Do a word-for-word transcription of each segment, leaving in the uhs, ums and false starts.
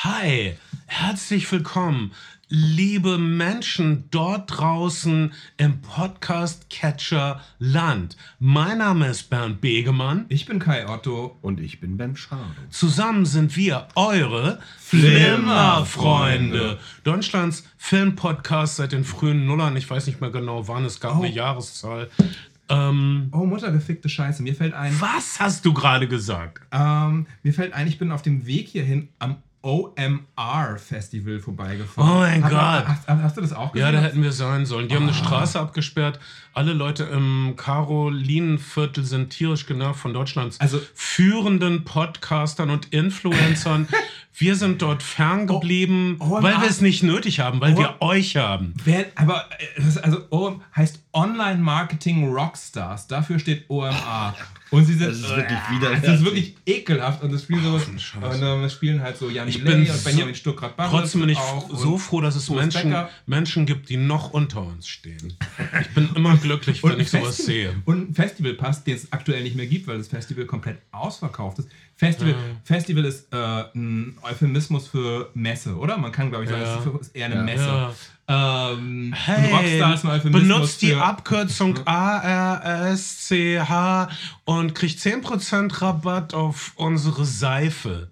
Hi, herzlich willkommen, liebe Menschen dort draußen im Podcast-Catcher Land. Mein Name ist Bernd Begemann. Ich bin Kai Otto. Und ich bin Ben Schade. Zusammen sind wir eure Flimmerfreunde. Deutschlands Filmpodcast seit den frühen Nullern. Ich weiß nicht mehr genau wann, es gab Oh. eine Jahreszahl. Ähm, Oh, muttergefickte Scheiße. Mir fällt ein... was hast du gerade gesagt? Ähm, mir fällt ein, ich bin auf dem Weg hierhin am O M R-Festival vorbeigefahren. Oh mein Hat- Gott. Hast, hast du das auch Ja, gesehen? da hätten wir sein sollen. Die haben eine Straße abgesperrt. Alle Leute im Karolinenviertel sind tierisch genervt von Deutschlands Also- führenden Podcastern und Influencern. Wir sind dort ferngeblieben, Oh, O M R weil wir es nicht nötig haben, weil O- wir euch haben. Wer, aber äh, das ist also O M heißt Online Marketing Rockstars. Dafür steht O M R. Und sie sind... Das ist wirklich äh, widerlich. Das ist wirklich ekelhaft. Und das spielen so... Scheiße. Und ähm, spielen halt so Jan Ich Delay bin und so- Benjamin Stuckrad-Barre. Trotzdem bin ich auch und- so froh, dass es Boris Menschen, Becker. Menschen gibt, die noch unter uns stehen. Ich bin immer glücklich, wenn ich sowas Festi- sehe. Und ein Festivalpass, den es aktuell nicht mehr gibt, weil das Festival komplett ausverkauft ist. Festival, Festival ist äh, ein Euphemismus für Messe, oder? Man kann, glaube ich, sagen, Ja. es ist eher eine Ja. Messe. Ja. Ähm, Hey, ein Rockstar ist ein Euphemismus benutzt die für... Abkürzung A R S C H und kriegt zehn Prozent Rabatt auf unsere Seife.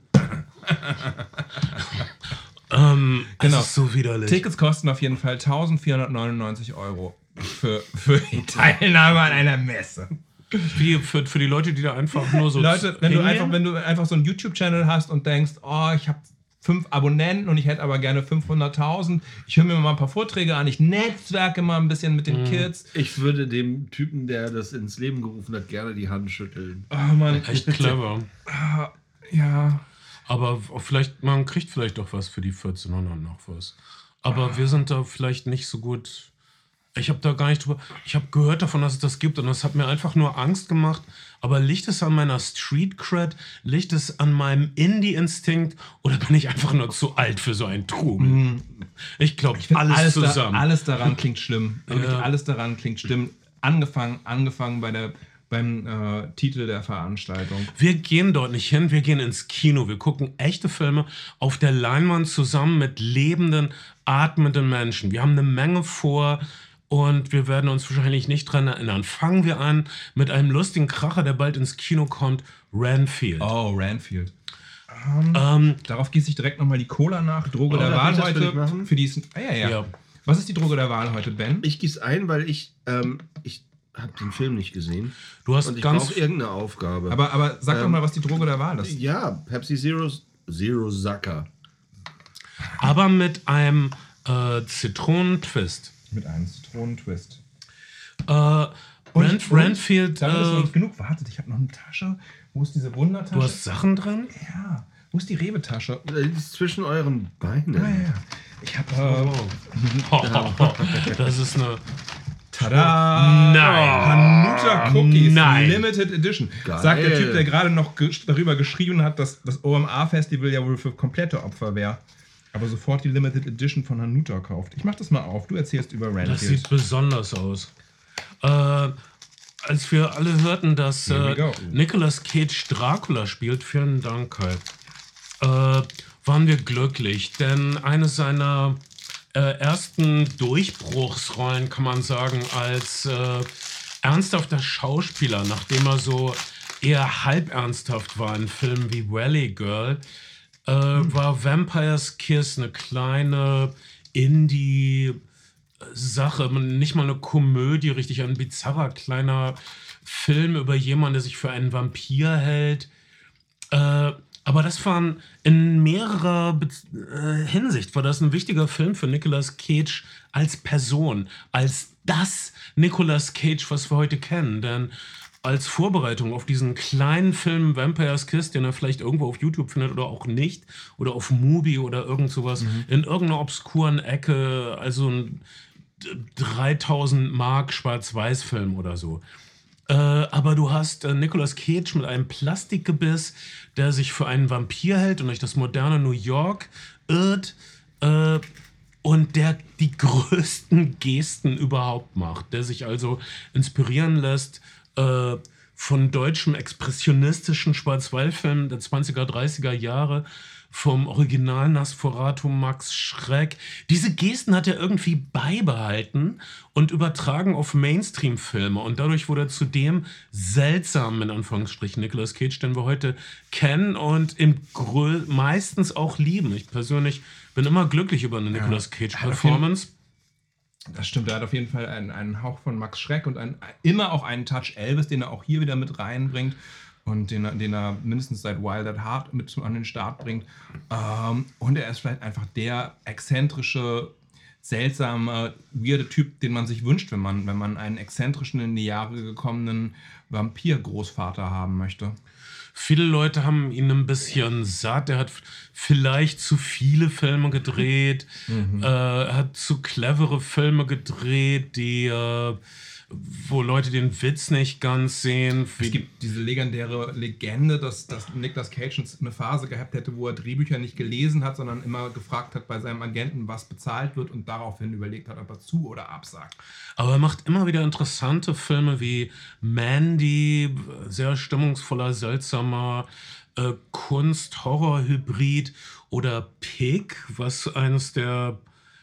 ähm, Genau. Das ist so widerlich. Tickets kosten auf jeden Fall eintausendvierhundertneunundneunzig Euro für, für die Teilnahme an einer Messe. Wie für, für die Leute, die da einfach nur so Leute, wenn du, hingehen? einfach, wenn du einfach so einen YouTube-Channel hast und denkst, oh, ich habe fünf Abonnenten und ich hätte aber gerne fünfhunderttausend, ich höre mir mal ein paar Vorträge an, ich netzwerke mal ein bisschen mit den Kids. Ich würde dem Typen, der das ins Leben gerufen hat, gerne die Hand schütteln. Oh Mann, Echt clever. ja. Aber vielleicht, man kriegt vielleicht doch was für die vierzehnhundert noch was. Aber wir sind da vielleicht nicht so gut. Ich habe da gar nicht drüber. Ich habe gehört davon, dass es das gibt und das hat mir einfach nur Angst gemacht. Aber liegt es an meiner Street Cred? Liegt es an meinem Indie-Instinkt? Oder bin ich einfach nur zu alt für so einen Trubel? Ich glaube, alles, Alles, da, zusammen. alles daran klingt schlimm. Wirklich Ja. alles daran klingt schlimm. Angefangen, angefangen bei der, beim äh, Titel der Veranstaltung. Wir gehen dort nicht hin, wir gehen ins Kino. Wir gucken echte Filme auf der Leinwand zusammen mit lebenden, atmenden Menschen. Wir haben eine Menge vor und wir werden uns wahrscheinlich nicht dran erinnern. Fangen wir an mit einem lustigen Kracher, der bald ins Kino kommt, Renfield. Oh, Ranfield. Ähm, Darauf gieße ich direkt nochmal die Cola nach. Droge Oh, der darf Wahl ich das für dich heute. machen? Für diesen. Ah, ja, ja, Ja. Was ist die Droge der Wahl heute, Ben? Ich gieße ein, weil ich, ähm, ich habe den Film nicht gesehen. du hast Und ich ganz... brauche irgendeine Aufgabe. Aber, aber sag doch Ähm, mal, was die Droge der Wahl ist. ja, Pepsi Zero, Zero Sucker. Aber mit einem äh, Zitronentwist. Mit einem Zitronentwist. Äh, Rent, Renfield... Damit ist noch Äh, nicht genug. Wartet, ich habe noch eine Tasche. Wo ist diese Wundertasche? du hast Sachen drin? ja. Wo ist die Rewe-Tasche? Die ist zwischen euren Beinen. Ah, ja. Ich habe. Äh, Das ist eine... Tada! Nein. Hanuta Cookies Nein. Limited Edition. Geil. Sagt der Typ, der gerade noch ge darüber geschrieben hat, dass das O M R-Festival ja wohl für komplette Opfer wäre. Aber sofort die Limited Edition von Hanuta kauft. Ich mach das mal auf. Du erzählst über Das Renfield. sieht besonders aus. Äh, als wir alle hörten, dass Here we äh, go. Nicolas Cage Dracula spielt, vielen Dank, Kai, äh, waren wir glücklich, denn eine seiner äh, ersten Durchbruchsrollen, kann man sagen, als äh, ernsthafter Schauspieler, nachdem er so eher halb ernsthaft war in Filmen wie Valley Girl, äh, war Vampire's Kiss eine kleine Indie- Sache, nicht mal eine Komödie, richtig ein bizarrer kleiner Film über jemanden, der sich für einen Vampir hält. Äh, aber das war in mehrerer Be äh, Hinsicht war das ein wichtiger Film für Nicolas Cage als Person, als das Nicolas Cage, was wir heute kennen. Denn als Vorbereitung auf diesen kleinen Film Vampire's Kiss, den er vielleicht irgendwo auf YouTube findet oder auch nicht, oder auf Mubi oder irgend sowas, mhm. in irgendeiner obskuren Ecke, also ein dreitausend Mark Schwarz-Weiß-Film oder so. Äh, aber du hast äh, Nicolas Cage mit einem Plastikgebiss, der sich für einen Vampir hält und durch das moderne New York irrt äh, und der die größten Gesten überhaupt macht, der sich also inspirieren lässt äh, von deutschem expressionistischen Schwarz-Weiß-Film der zwanziger, dreißiger Jahre, vom Original Nosferatu Max Schreck. Diese Gesten hat er irgendwie beibehalten und übertragen auf Mainstream-Filme. Und dadurch wurde er zu dem seltsamen, in Anführungsstrichen, Nicolas Cage, den wir heute kennen und im Grö- meistens auch lieben. Ich persönlich bin immer glücklich über eine ja. Nicolas Cage-Performance. Das stimmt, er hat auf jeden Fall einen, einen Hauch von Max Schreck und einen, immer auch einen Touch Elvis, den er auch hier wieder mit reinbringt. Und den, den er mindestens seit Wild at Heart mit an den Start bringt. Ähm, und er ist vielleicht einfach der exzentrische, seltsame, weirde Typ, den man sich wünscht, wenn man, wenn man einen exzentrischen, in die Jahre gekommenen Vampir-Großvater haben möchte. Viele Leute haben ihn ein bisschen satt. Er hat vielleicht zu viele Filme gedreht. Mhm. Äh, er hat zu clevere Filme gedreht, die... Äh, wo Leute den Witz nicht ganz sehen. Es gibt diese legendäre Legende, dass, dass Nicolas Cage eine Phase gehabt hätte, wo er Drehbücher nicht gelesen hat, sondern immer gefragt hat bei seinem Agenten, was bezahlt wird und daraufhin überlegt hat, ob er zu- oder absagt. Aber er macht immer wieder interessante Filme wie Mandy, sehr stimmungsvoller, seltsamer äh, Kunst-Horror-Hybrid oder Pig, was eines der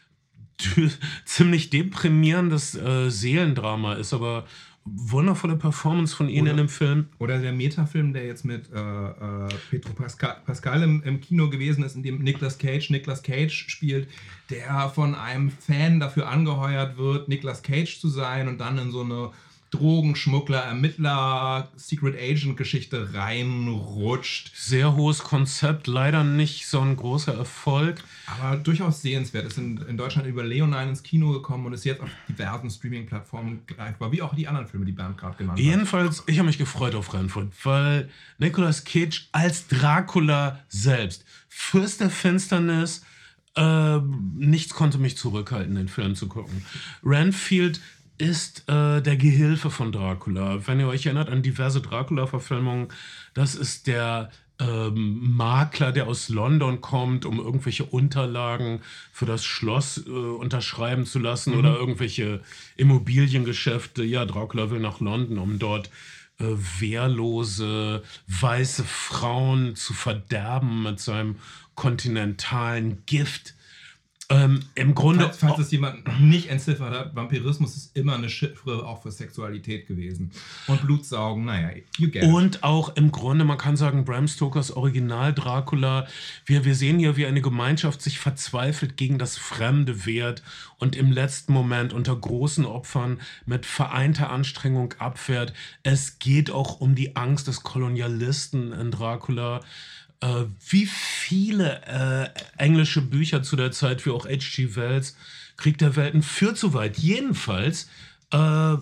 ziemlich deprimierendes äh, Seelendrama ist, aber wundervolle Performance von ihnen oder, in dem Film. Oder der Metafilm, der jetzt mit äh, äh, Pedro Pascal, Pascal im, im Kino gewesen ist, in dem Nicolas Cage Nicolas Cage spielt, der von einem Fan dafür angeheuert wird, Nicolas Cage zu sein und dann in so eine Drogenschmuggler, Ermittler, Secret Agent Geschichte reinrutscht. Sehr hohes Konzept, leider nicht so ein großer Erfolg. Aber durchaus sehenswert. Ist in, in Deutschland über Leonine ins Kino gekommen und ist jetzt auf diversen Streaming-Plattformen greifbar, wie auch die anderen Filme, die Bernd gerade genannt hat. Jedenfalls, ich habe mich gefreut auf Renford, weil Nicolas Cage als Dracula selbst, Fürst der Finsternis, äh, nichts konnte mich zurückhalten, den Film zu gucken. Renfield ist äh, der Gehilfe von Dracula. Wenn ihr euch erinnert an diverse Dracula-Verfilmungen, das ist der ähm, Makler, der aus London kommt, um irgendwelche Unterlagen für das Schloss äh, unterschreiben zu lassen mhm. oder irgendwelche Immobiliengeschäfte. Ja, Dracula will nach London, um dort äh, wehrlose, weiße Frauen zu verderben mit seinem kontinentalen Gift. Ähm, Im Grunde. Falls, falls es jemand noch nicht entziffert hat, Vampirismus ist immer eine Chiffre auch für Sexualität gewesen. Und Blutsaugen, naja, you get it. Und auch im Grunde, man kann sagen, Bram Stokers Original Dracula. Wir, wir sehen hier, wie eine Gemeinschaft sich verzweifelt gegen das Fremde wehrt und im letzten Moment unter großen Opfern mit vereinter Anstrengung abwehrt. Es geht auch um die Angst des Kolonialisten in Dracula. Uh, wie viele äh, englische Bücher zu der Zeit, wie auch H G Wells, Krieg der Welten, führt so weit. Jedenfalls äh, äh,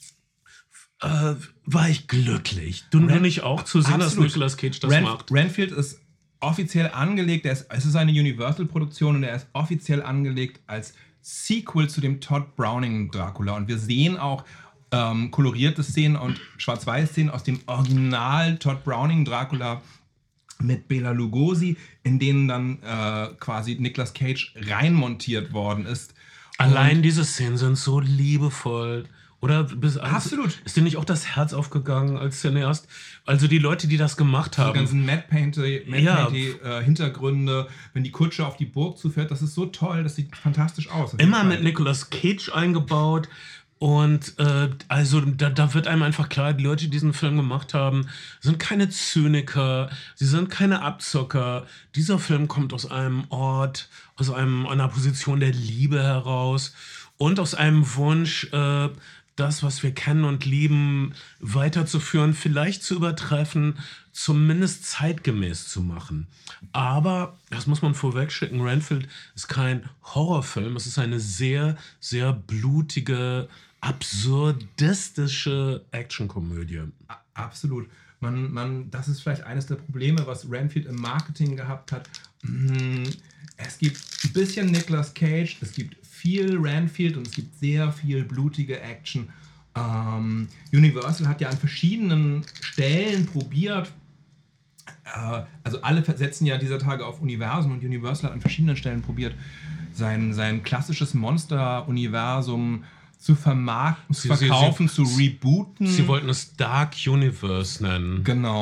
war ich glücklich. Du Ren- nicht auch zu sehen, dass Nicolas Cage das Ren- macht. Renfield ist offiziell angelegt, er ist, es ist eine Universal-Produktion und er ist offiziell angelegt als Sequel zu dem Todd Browning Dracula. Und wir sehen auch ähm, kolorierte Szenen und Schwarz-Weiß-Szenen aus dem Original Todd Browning Dracula mit Bela Lugosi, in denen dann äh, quasi Nicolas Cage reinmontiert worden ist. Allein und diese Szenen sind so liebevoll. Oder bis absolut. Ist dir nicht auch das Herz aufgegangen als Cineast? Also die Leute, die das gemacht haben. Die ganzen Matte Painter, Matte ja. Painter äh, Hintergründe, wenn die Kutsche auf die Burg zufährt, das ist so toll, das sieht fantastisch aus. Immer mit Nicolas Cage eingebaut. Und äh, also da, da wird einem einfach klar, die Leute, die diesen Film gemacht haben, sind keine Zyniker, sie sind keine Abzocker. Dieser Film kommt aus einem Ort, aus einem, einer Position der Liebe heraus und aus einem Wunsch, äh, das, was wir kennen und lieben, weiterzuführen, vielleicht zu übertreffen, zumindest zeitgemäß zu machen. Aber, das muss man vorweg schicken, Renfield ist kein Horrorfilm, es ist eine sehr, sehr blutige, absurdistische Actionkomödie. Absolut. Man, man, das ist vielleicht eines der Probleme, was Renfield im Marketing gehabt hat. Es gibt ein bisschen Nicolas Cage, es gibt viel Renfield und es gibt sehr viel blutige Action. Ähm, Universal hat ja an verschiedenen Stellen probiert, äh, also alle setzen ja dieser Tage auf Universen und Universal hat an verschiedenen Stellen probiert, sein, sein klassisches Monster-Universum zu vermarkten, zu verkaufen, sie, sie, zu rebooten. Sie wollten es Dark Universe nennen. Genau.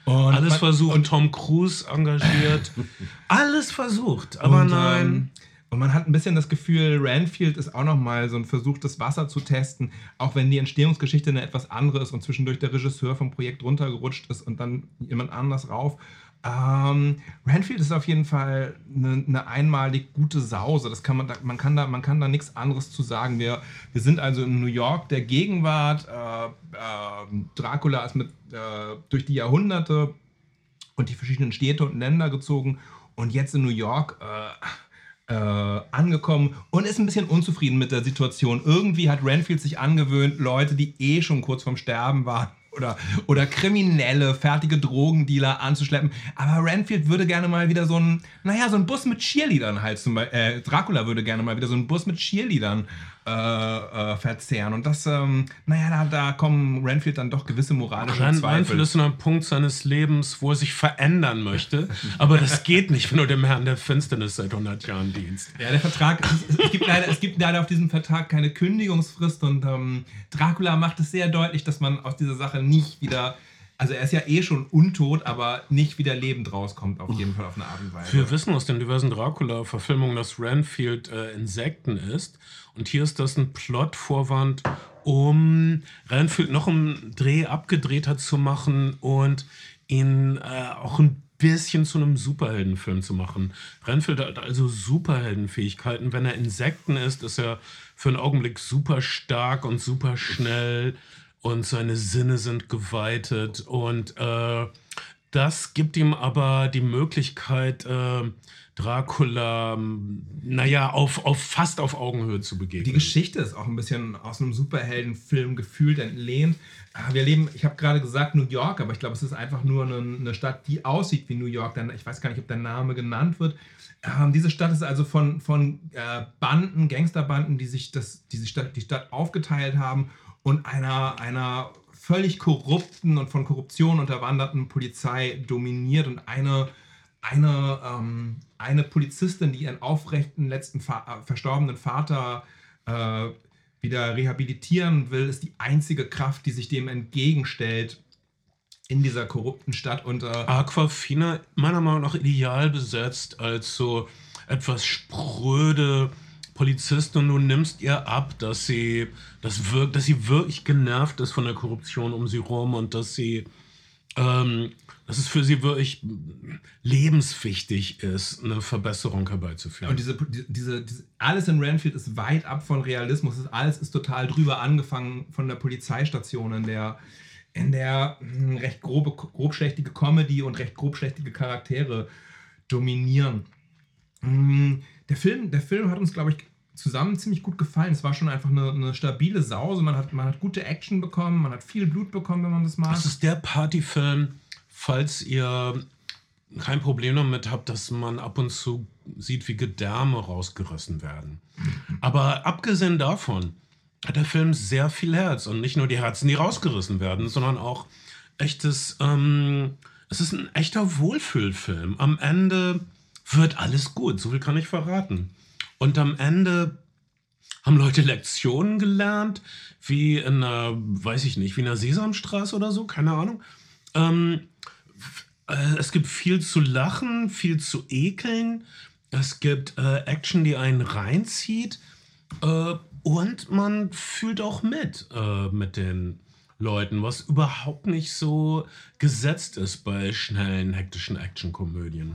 Und alles man, versucht, und Tom Cruise engagiert. Alles versucht, aber und, nein. Ähm, und man hat ein bisschen das Gefühl, Renfield ist auch nochmal so ein Versuch, das Wasser zu testen, auch wenn die Entstehungsgeschichte eine etwas andere ist und zwischendurch der Regisseur vom Projekt runtergerutscht ist und dann jemand anders rauf. Ähm, Renfield ist auf jeden Fall eine, eine einmalig gute Sause. Das kann man, da, man kann da, man kann da nichts anderes zu sagen. Wir, wir sind also in New York der Gegenwart. Äh, äh, Dracula ist mit, äh, durch die Jahrhunderte und die verschiedenen Städte und Länder gezogen und jetzt in New York äh, Äh, angekommen und ist ein bisschen unzufrieden mit der Situation. Irgendwie hat Renfield sich angewöhnt, Leute, die eh schon kurz vorm Sterben waren oder, oder kriminelle, fertige Drogendealer anzuschleppen. Aber Renfield würde gerne mal wieder so einen, naja, so einen Bus mit Cheerleadern halt zum Beispiel, äh, Dracula würde gerne mal wieder so einen Bus mit Cheerleadern äh, äh, verzehren. Und das, ähm, naja, da, da kommen Renfield dann doch gewisse moralische Ren, Zweifel. Renfield ist an einem Punkt seines Lebens, wo er sich verändern möchte. Aber das geht nicht, wenn du dem Herrn der Finsternis seit hundert Jahren dienst. Ja, der Vertrag, es, es, gibt leider, es gibt leider auf diesem Vertrag keine Kündigungsfrist und ähm, Dracula macht es sehr deutlich, dass man aus dieser Sache nicht wieder, also er ist ja eh schon untot, aber nicht wieder lebend rauskommt, auf jeden Fall auf eine Art und Weise. Wir wissen aus den diversen Dracula-Verfilmungen, dass Renfield äh, Insekten isst. Und hier ist das ein Plotvorwand, um Renfield noch einen Dreh abgedrehter zu machen und ihn äh, auch ein bisschen zu einem Superheldenfilm zu machen. Renfield hat also Superheldenfähigkeiten. Wenn er Insekten isst, ist er für einen Augenblick super stark und super schnell und seine Sinne sind geweitet. Und äh, das gibt ihm aber die Möglichkeit, äh, Dracula, naja, auf, auf, fast auf Augenhöhe zu begegnen. Die Geschichte ist auch ein bisschen aus einem Superheldenfilm gefühlt entlehnt. Wir leben, ich habe gerade gesagt New York, aber ich glaube, es ist einfach nur eine, eine Stadt, die aussieht wie New York. Ich weiß gar nicht, ob der Name genannt wird. Ähm, diese Stadt ist also von, von äh, Banden, Gangsterbanden, die sich das, diese Stadt, die Stadt aufgeteilt haben und einer, einer völlig korrupten und von Korruption unterwanderten Polizei dominiert und eine Eine, ähm, eine Polizistin, die ihren aufrechten letzten Fa- äh, verstorbenen Vater äh, wieder rehabilitieren will, ist die einzige Kraft, die sich dem entgegenstellt in dieser korrupten Stadt. Und, äh, Awkwafina meiner Meinung nach ideal besetzt als so etwas spröde Polizistin und du nimmst ihr ab, dass sie, das wirkt, dass sie wirklich genervt ist von der Korruption um sie rum und dass sie ähm, dass es für sie wirklich lebenswichtig ist, eine Verbesserung herbeizuführen. Und diese, diese, diese, alles in Renfield ist weit ab von Realismus. Alles ist total drüber, angefangen von der Polizeistation, in der, in der mh, recht grobe, grobschlächtige Comedy und recht grobschlächtige Charaktere dominieren. Mh, der, Film, der Film hat uns, glaube ich, zusammen ziemlich gut gefallen. Es war schon einfach eine, eine stabile Sause. Man hat, man hat gute Action bekommen, man hat viel Blut bekommen, wenn man das mag. Das ist der Partyfilm, falls ihr kein Problem damit habt, dass man ab und zu sieht, wie Gedärme rausgerissen werden. Aber abgesehen davon hat der Film sehr viel Herz. Und nicht nur die Herzen, die rausgerissen werden, sondern auch echtes, ähm, es ist ein echter Wohlfühlfilm. Am Ende wird alles gut, so viel kann ich verraten. Und am Ende haben Leute Lektionen gelernt, wie in einer, weiß ich nicht, wie in einer Sesamstraße oder so, keine Ahnung. Ähm, Es gibt viel zu lachen, viel zu ekeln. Es gibt äh, Action, die einen reinzieht. Äh, und man fühlt auch mit äh, mit den Leuten, was überhaupt nicht so gesetzt ist bei schnellen, hektischen Actionkomödien.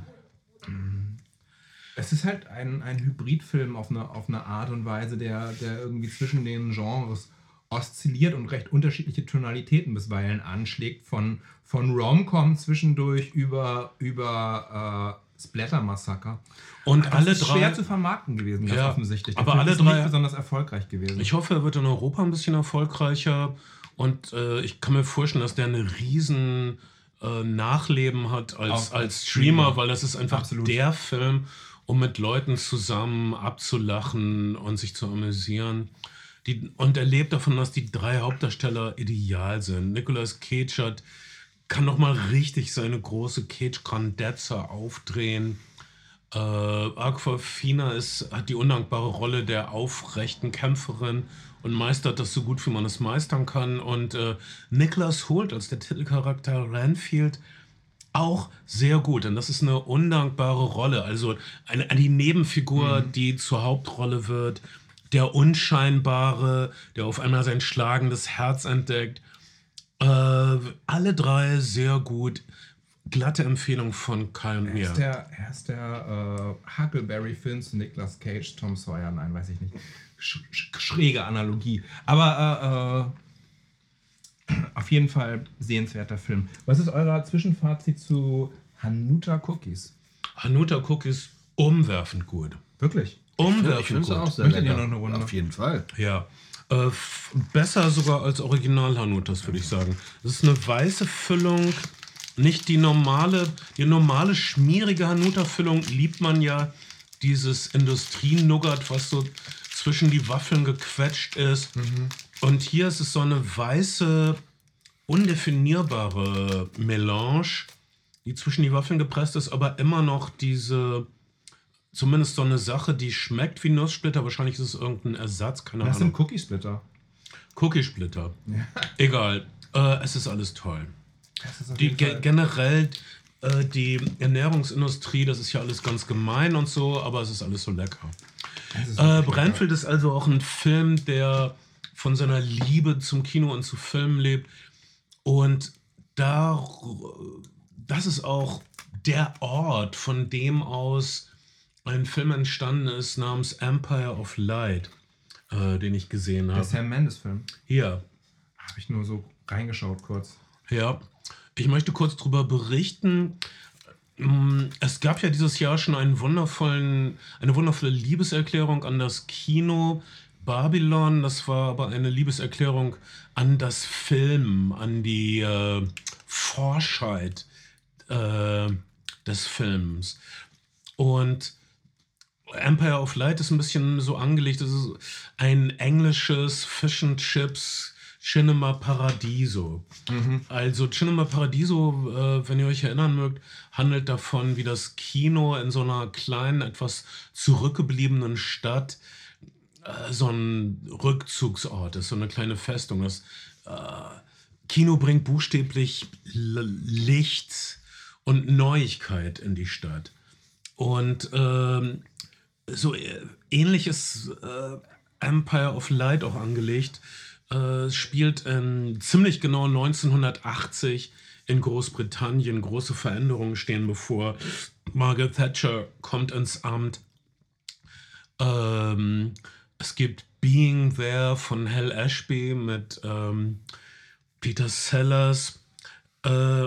Es ist halt ein, ein Hybridfilm auf eine, auf eine Art und Weise, der, der irgendwie zwischen den Genres oszilliert und recht unterschiedliche Tonalitäten bisweilen anschlägt. Von, von Rom-Com zwischendurch über, über äh, Splatter-Massaker. Und das alle ist drei, schwer zu vermarkten gewesen, ganz Ja, offensichtlich. Der aber Film alle ist drei- nicht besonders erfolgreich gewesen. ich hoffe, er wird in Europa ein bisschen erfolgreicher. Und äh, ich kann mir vorstellen, dass der eine riesen äh, Nachleben hat als, Auch als Streamer, Streamer. weil das ist einfach Absolut. der Film, um mit Leuten zusammen abzulachen und sich zu amüsieren. Die, und er lebt davon, dass die drei Hauptdarsteller ideal sind. Nicolas Cage hat, kann noch mal richtig seine große Cage-Grandezza aufdrehen. Äh, Awkwafina ist, hat die undankbare Rolle der aufrechten Kämpferin und meistert das so gut, wie man es meistern kann. Und äh, Nicholas Hoult als der Titelcharakter Renfield auch sehr gut, denn das ist eine undankbare Rolle. Also eine, die Nebenfigur, Mhm. die zur Hauptrolle wird, der Unscheinbare, der auf einmal sein schlagendes Herz entdeckt. Äh, alle drei sehr gut. Glatte Empfehlung von Kai und Er mir. ist der, er ist der äh, Huckleberry-Film zu Nicolas Cage, Tom Sawyer, nein, weiß ich nicht. Sch sch schräge Analogie. Aber äh, äh, auf jeden Fall sehenswerter Film. Was ist euer Zwischenfazit zu Hanuta Cookies? Hanuta Cookies umwerfend gut. Wirklich? Ich Umwerfend finde es gut. auch sehr Möchtet ihr lecker. noch eine Runde? Auf jeden Fall. Ja. Äh, f- besser sogar als Original Hanutas, würde ich sagen. Das ist eine weiße Füllung, nicht die normale, die normale schmierige Hanuta-Füllung liebt man ja. Dieses Industrie-Nougat, was so zwischen die Waffeln gequetscht ist. Und hier ist es so eine weiße, undefinierbare Melange, die zwischen die Waffeln gepresst ist, aber immer noch diese, zumindest so eine Sache, die schmeckt wie Nusssplitter. Wahrscheinlich ist es irgendein Ersatz, keine Das Ahnung. sind Cookie-Splitter. Cookie-Splitter. Egal. Äh, es ist alles toll. Das ist auf Die jeden ge Fall- generell äh, die Ernährungsindustrie, das ist ja alles ganz gemein und so, aber es ist alles so lecker. das ist Äh, wirklich Brennfield ist also auch ein Film, der von seiner Liebe zum Kino und zu Filmen lebt. Und da, das ist auch der Ort, von dem aus ein Film entstanden ist namens Empire of Light, äh, den ich gesehen Der habe. Sam Mendes-Film. Hier. Habe ich nur so reingeschaut kurz. Ja, ich möchte kurz darüber berichten. Mm, Es gab ja dieses Jahr schon einen wundervollen, eine wundervolle Liebeserklärung an das Kino Babylon. Das war aber eine Liebeserklärung an das Film, an die äh, Forschheit äh, des Films. Und Empire of Light ist ein bisschen so angelegt. Das ist ein englisches Fish and Chips Cinema Paradiso. Also Cinema Paradiso, äh, wenn ihr euch erinnern mögt, handelt davon, wie das Kino in so einer kleinen, etwas zurückgebliebenen Stadt äh, so ein Rückzugsort ist, so eine kleine Festung. Das äh, Kino bringt buchstäblich L Licht und Neuigkeit in die Stadt. Und ähm, so äh, ähnlich ist äh, Empire of Light auch angelegt. Äh, spielt in ziemlich genau neunzehnhundertachtzig in Großbritannien. Große Veränderungen stehen bevor. Margaret Thatcher kommt ins Amt. Ähm, es gibt Being There von Hal Ashby mit ähm, Peter Sellers. Äh,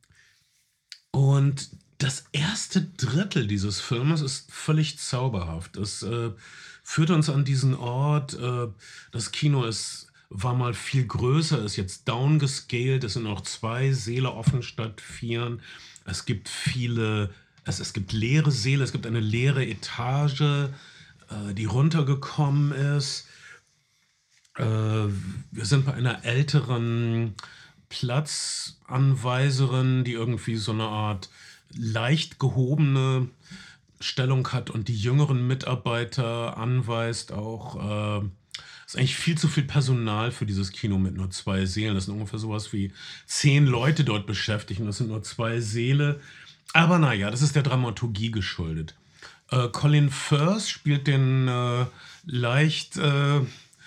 und das erste Drittel dieses Filmes ist völlig zauberhaft. Es äh, führt uns an diesen Ort. Äh, das Kino ist, war mal viel größer, ist jetzt downscaled. Es sind noch zwei Säle offen statt vieren. Es gibt viele, es, es gibt leere Säle, es gibt eine leere Etage, äh, die runtergekommen ist. Äh, wir sind bei einer älteren Platzanweiserin, die irgendwie so eine Art leicht gehobene Stellung hat und die jüngeren Mitarbeiter anweist. Auch äh, ist eigentlich viel zu viel Personal für dieses Kino mit nur zwei Sälen. Das sind ungefähr sowas wie zehn Leute dort beschäftigt und das sind nur zwei Säle. Aber naja, das ist der Dramaturgie geschuldet. Äh, Colin Firth spielt den äh, leicht äh,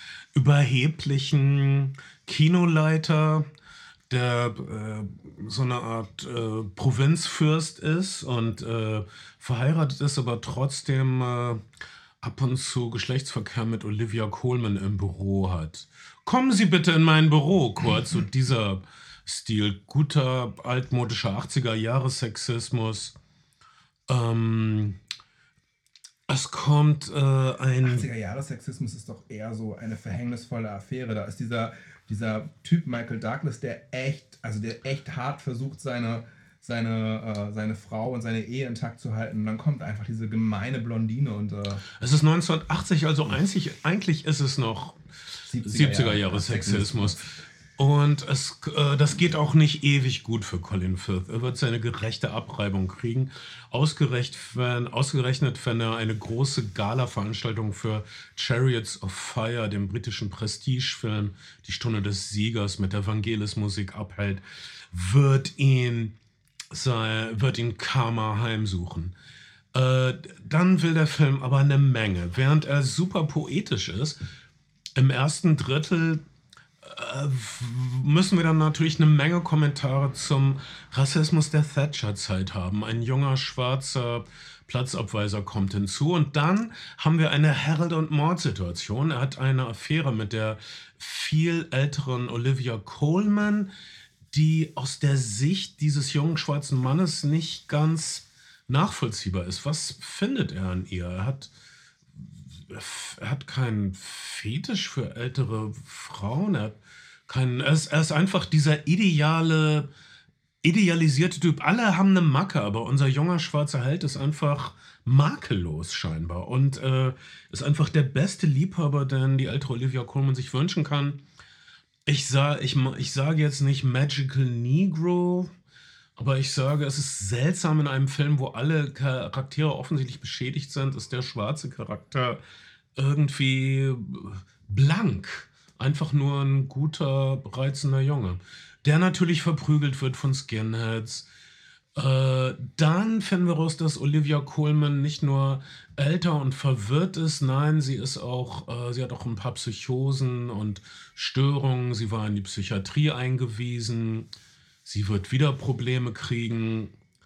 überheblichen Kinoleiter, der äh, so eine Art äh, Provinzfürst ist und äh, verheiratet ist, aber trotzdem äh, ab und zu Geschlechtsverkehr mit Olivia Colman im Büro hat. Kommen Sie bitte in mein Büro, kurz, so dieser Stil. Guter, altmodischer achtziger-Jahre-Sexismus. Ähm, es kommt äh, ein... achtziger-Jahre-Sexismus ist doch eher so eine verhängnisvolle Affäre. Da ist dieser, dieser Typ Michael Douglas, der echt, also der echt hart versucht, seine, seine, äh, seine Frau und seine Ehe intakt zu halten. Und dann kommt einfach diese gemeine Blondine und äh, Es ist neunzehnhundertachtzig, also einzig, eigentlich ist es noch siebziger-Jahre-Sexismus. Und es, äh, das geht auch nicht ewig gut für Colin Firth. Er wird seine gerechte Abreibung kriegen. Ausgerechnet, wenn, ausgerechnet, wenn er eine große Gala-Veranstaltung für Chariots of Fire, dem britischen Prestigefilm, die Stunde des Siegers mit der Vangelis-Musik abhält, wird ihn sei, wird ihn Karma heimsuchen. Äh, dann will der Film aber eine Menge. Während er super poetisch ist, im ersten Drittel äh, müssen wir dann natürlich eine Menge Kommentare zum Rassismus der Thatcher-Zeit haben. Ein junger, schwarzer Platzabweiser kommt hinzu und dann haben wir eine Harold- und Maude-Situation. Er hat eine Affäre mit der viel älteren Olivia Colman, die aus der Sicht dieses jungen schwarzen Mannes nicht ganz nachvollziehbar ist. Was findet er an ihr? Er hat, er hat keinen Fetisch für ältere Frauen. Er, hat keinen, er, ist, er ist einfach dieser ideale, idealisierte Typ. Alle haben eine Macke, aber unser junger schwarzer Held ist einfach makellos scheinbar und äh, ist einfach der beste Liebhaber, den die ältere Olivia Colman sich wünschen kann. Ich, sa- ich, ma- ich sage jetzt nicht Magical Negro, aber ich sage, es ist seltsam in einem Film, wo alle Charaktere offensichtlich beschädigt sind, ist der schwarze Charakter irgendwie blank. Einfach nur ein guter, reizender Junge, der natürlich verprügelt wird von Skinheads. Äh, dann finden wir raus, dass Olivia Colman nicht nur älter und verwirrt ist, nein, sie ist auch, äh, sie hat auch ein paar Psychosen und Störungen. Sie war in die Psychiatrie eingewiesen. Sie wird wieder Probleme kriegen.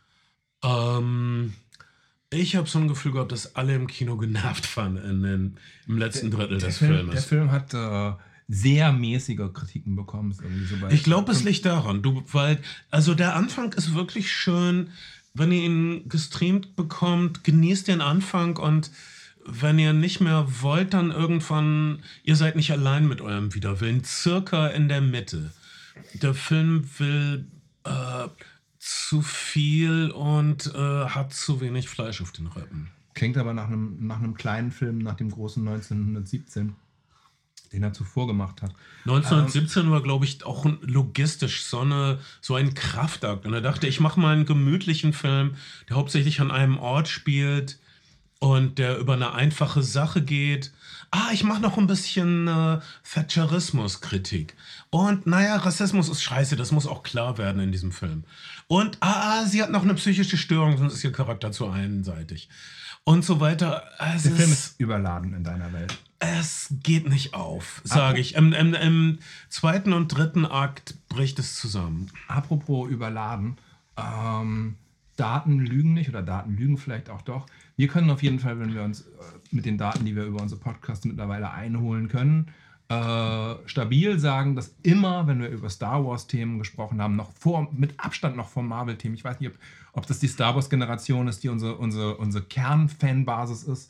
Ähm, ich habe so ein Gefühl gehabt, dass alle im Kino genervt waren in den, im letzten Drittel Der des Film, Filmes. der Film hat äh, sehr mäßige Kritiken bekommen. Ist irgendwie so bei- Ich glaube, es liegt daran, du, weil, also der Anfang ist wirklich schön. Wenn ihr ihn gestreamt bekommt, genießt den Anfang und wenn ihr nicht mehr wollt, dann irgendwann, ihr seid nicht allein mit eurem Widerwillen, circa in der Mitte. Der Film will äh, zu viel und äh, hat zu wenig Fleisch auf den Rippen. Klingt aber nach einem, nach einem kleinen Film, nach dem großen neunzehnhundertsiebzehn, den er zuvor gemacht hat. neunzehnhundertsiebzehn war, glaube ich, auch ein- logistisch so, eine, so ein Kraftakt. Und er dachte, ich mache mal einen gemütlichen Film, der hauptsächlich an einem Ort spielt und der über eine einfache Sache geht. Ah, ich mache noch ein bisschen äh, Thatcherismus-Kritik. Und naja, Rassismus ist scheiße, das muss auch klar werden in diesem Film. Und ah, ah, sie hat noch eine psychische Störung, sonst ist ihr Charakter zu einseitig. Und so weiter. Es Der Film ist, ist überladen in deiner Welt. es geht nicht auf, sage ich. Im, im, Im zweiten und dritten Akt bricht es zusammen. Apropos überladen, ähm, Daten lügen nicht oder Daten lügen vielleicht auch doch. Wir können auf jeden Fall, wenn wir uns äh, mit den Daten, die wir über unsere Podcasts mittlerweile einholen können, äh, stabil sagen, dass immer, wenn wir über Star Wars-Themen gesprochen haben, noch vor, mit Abstand noch vor Marvel-Themen, ich weiß nicht, ob, ob das die Star Wars-Generation ist, die unsere, unsere, unsere Kern-Fanbasis ist,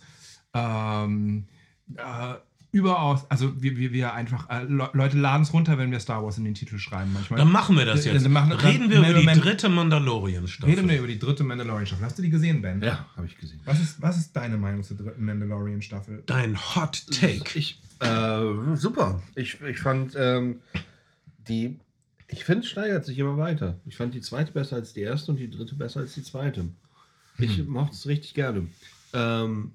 ähm, äh, überaus, also wir, wir, wir einfach, äh, Le- Leute laden es runter, wenn wir Star Wars in den Titel schreiben manchmal. Dann machen wir das Dann- jetzt. dann machen- Reden wir dann- über die Moment. dritte Mandalorian-Staffel. Reden wir über die dritte Mandalorian-Staffel. Hast du die gesehen, Ben? Ja, habe ich gesehen. Was ist, was ist deine Meinung zur dritten Mandalorian-Staffel? Dein Hot Take. Ich, äh, super. Ich, ich fand ähm, die, ich finde, es steigert sich immer weiter. Ich fand die zweite besser als die erste und die dritte besser als die zweite. Ich Hm. mochte es richtig gerne. Ähm,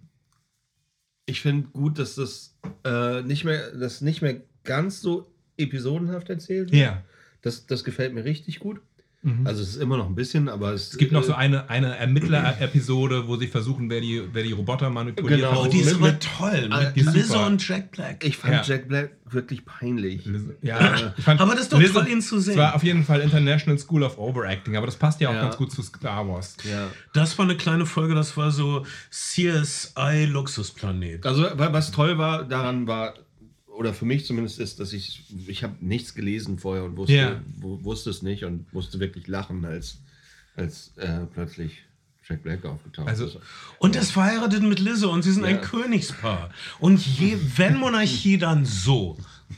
ich finde gut, dass das äh, nicht mehr, das nicht mehr ganz so episodenhaft erzählt wird. Ja. Das, das gefällt mir richtig gut. Mhm. Also es ist immer noch ein bisschen, aber es, Es gibt noch so äh, eine, eine Ermittler-Episode, wo sie versuchen, wer die, wer die Roboter manipuliert Genau. Oh, hat. die ist mit- aber mit- toll. Ah, Mit die ist Lizzo super. und Jack Black. Ich fand Ja. Jack Black wirklich peinlich. Ja, ich fand, Aber das ist doch Lizzo- toll, ihn zu sehen. Es war auf jeden Fall International School of Overacting, aber das passt ja auch Ja. ganz gut zu Star Wars. Ja. Das war eine kleine Folge, das war so C S I Luxusplanet. Also wa- was toll war daran war, oder für mich zumindest ist, dass ich, ich habe nichts gelesen vorher und wusste, Ja. wu- wusste es nicht und musste wirklich lachen, als, als äh, plötzlich Jack Black aufgetaucht Also- ist. Und er ist verheiratet mit Lizzo und sie sind Ja. ein Königspaar. Und je, wenn Monarchie, dann so.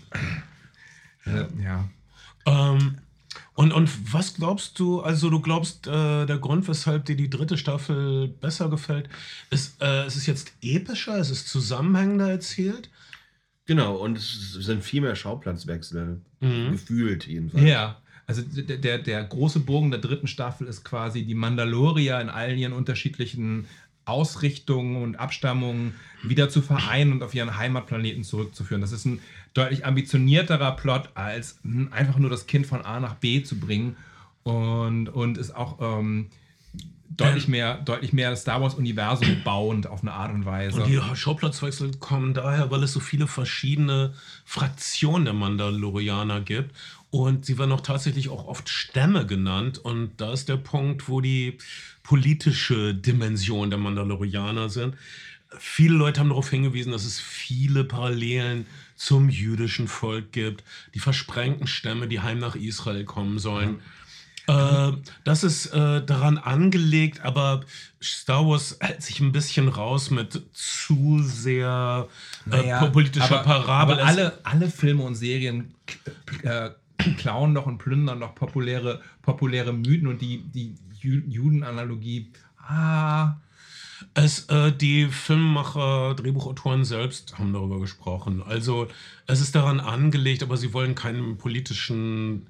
Ja. ja. Ähm, und, und was glaubst du, also du glaubst, äh, der Grund, weshalb dir die dritte Staffel besser gefällt, ist, äh, es ist jetzt epischer, es ist zusammenhängender erzählt? Genau, und es sind viel mehr Schauplatzwechsel, Mhm. gefühlt jedenfalls. Ja, also der, der, der große Bogen der dritten Staffel ist quasi die Mandalorier in allen ihren unterschiedlichen Ausrichtungen und Abstammungen wieder zu vereinen und auf ihren Heimatplaneten zurückzuführen. Das ist ein deutlich ambitionierterer Plot, als hm, einfach nur das Kind von A nach B zu bringen. und, und ist auch ähm, deutlich mehr, deutlich mehr das Star Wars-Universum bauend auf eine Art und Weise. Und die Schauplatzwechsel kommen daher, weil es so viele verschiedene Fraktionen der Mandalorianer gibt. Und sie werden auch tatsächlich auch oft Stämme genannt. Und da ist der Punkt, wo die politische Dimension der Mandalorianer sind. Viele Leute haben darauf hingewiesen, dass es viele Parallelen zum jüdischen Volk gibt. Die versprengten Stämme, die heim nach Israel kommen sollen. Ja. Äh, das ist äh, daran angelegt, aber Star Wars hält sich ein bisschen raus mit zu sehr äh, naja, politischer aber, Parabel. Aber alle, alle Filme und Serien äh, klauen doch und plündern doch populäre, populäre Mythen und die, die Ju- Juden-Analogie. Ah. Es, äh, die Filmemacher, Drehbuchautoren selbst haben darüber gesprochen. Also es ist daran angelegt, aber sie wollen keinen politischen,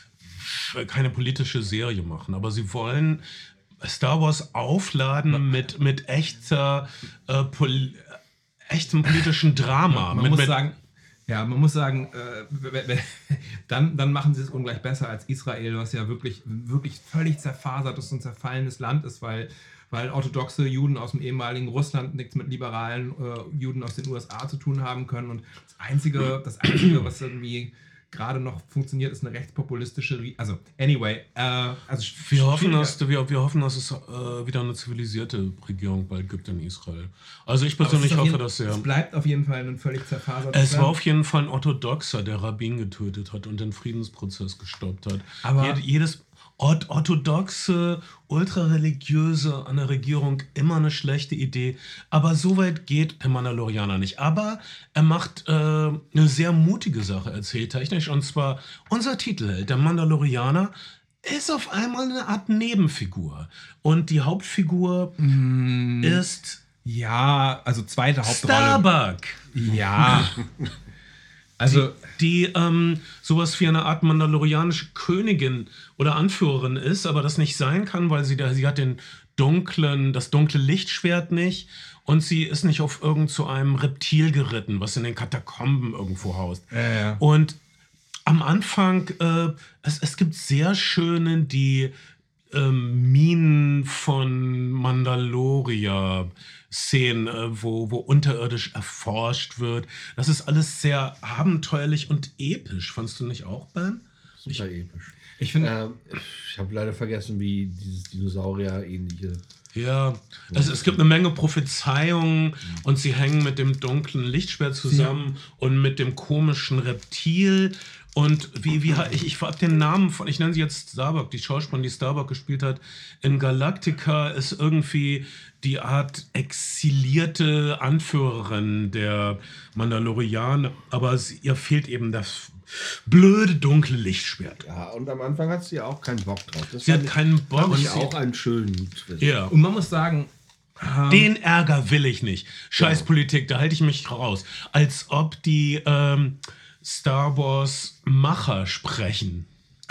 keine politische Serie machen. Aber sie wollen Star Wars aufladen mit, mit echter, äh, pol- echtem politischen Drama. Man mit, muss mit sagen, ja, man muss sagen, äh, dann, dann machen sie es ungleich besser als Israel, was ja wirklich, wirklich völlig zerfasertes und zerfallenes Land ist, weil weil orthodoxe Juden aus dem ehemaligen Russland nichts mit liberalen äh, Juden aus den U S A zu tun haben können. Und das Einzige, das Einzige was irgendwie gerade noch funktioniert, ist eine rechtspopulistische... Re- also, anyway. Äh, also wir, hoffen, dass, wir, wir hoffen, dass es äh, wieder eine zivilisierte Regierung bald gibt in Israel. Also ich persönlich hoffe, jeden, dass er... Es bleibt auf jeden Fall ein völlig zerfasertes Es war Land. auf jeden Fall ein Orthodoxer, der Rabbin getötet hat und den Friedensprozess gestoppt hat. Aber Jed, jedes... orthodoxe, ultrareligiöse an der Regierung immer eine schlechte Idee. Aber so weit geht der Mandalorianer nicht. Aber er macht äh, eine sehr mutige Sache erzähltechnisch. Und zwar unser Titelheld, der Mandalorianer, ist auf einmal eine Art Nebenfigur. Und die Hauptfigur mm, ist... Ja, also zweite Hauptrolle. Starbuck. Ja. Also die, die ähm, sowas wie eine Art mandalorianische Königin oder Anführerin ist, aber das nicht sein kann, weil sie da, sie hat den dunklen, das dunkle Lichtschwert nicht und sie ist nicht auf irgend so einem Reptil geritten, was in den Katakomben irgendwo haust. Ja, ja. Und am Anfang, äh, es, es gibt sehr schöne die ähm, Minen von Mandalorian Szenen, äh, wo, wo unterirdisch erforscht wird. Das ist alles sehr abenteuerlich und episch. Fandst du nicht auch, Ben? Super ich, episch. Ich finde, ähm, ich habe leider vergessen, wie dieses Dinosaurier-ähnliche. Ja, also es gibt eine Menge Prophezeiungen und sie hängen mit dem dunklen Lichtschwert zusammen ja. und mit dem komischen Reptil. Und wie, wie ich, ich habe den Namen von, ich nenne sie jetzt Starbuck, die Schauspielerin, die Starbuck gespielt hat, in Galactica ist irgendwie die Art exilierte Anführerin der Mandalorianer, aber sie, ihr fehlt eben das blöde, dunkle Lichtschwert. Ja, und am Anfang hat sie auch keinen Bock drauf. Das sie hat keinen Bock. Und auch einen schönen Twist. Ja. Und man muss sagen, ähm, den Ärger will ich nicht. Scheiß ja. Politik, da halte ich mich raus. Als ob die ähm, Star Wars Macher sprechen.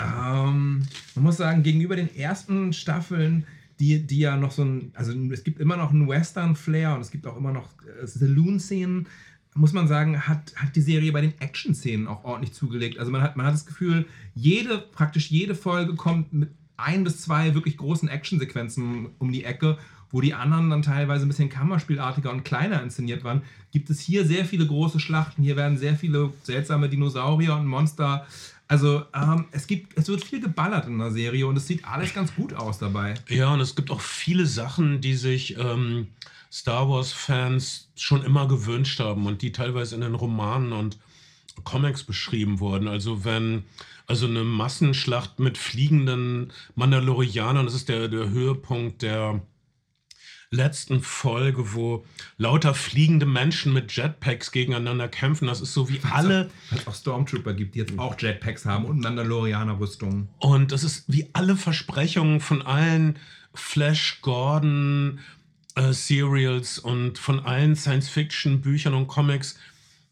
Ähm, man muss sagen, gegenüber den ersten Staffeln, die, die ja noch so ein, also es gibt immer noch einen Western-Flair und es gibt auch immer noch äh, Saloon-Szenen, muss man sagen, hat, hat die Serie bei den Action-Szenen auch ordentlich zugelegt. Also man hat, man hat das Gefühl, jede, praktisch jede Folge kommt mit ein bis zwei wirklich großen Action-Sequenzen um die Ecke, wo die anderen dann teilweise ein bisschen kammerspielartiger und kleiner inszeniert waren. Gibt es hier sehr viele große Schlachten, hier werden sehr viele seltsame Dinosaurier und Monster. Also ähm, es gibt, es wird viel geballert in der Serie und es sieht alles ganz gut aus dabei. Ja, und es gibt auch viele Sachen, die sich ähm, Star Wars-Fans schon immer gewünscht haben und die teilweise in den Romanen und Comics beschrieben wurden. Also wenn also eine Massenschlacht mit fliegenden Mandalorianern, das ist der, der Höhepunkt der letzten Folge, wo lauter fliegende Menschen mit Jetpacks gegeneinander kämpfen. Das ist so wie alle... Weil es auch Stormtrooper gibt, die jetzt auch Jetpacks haben und Mandalorianer-Rüstungen. Und das ist wie alle Versprechungen von allen Flash Gordon äh, Serials und von allen Science-Fiction-Büchern und Comics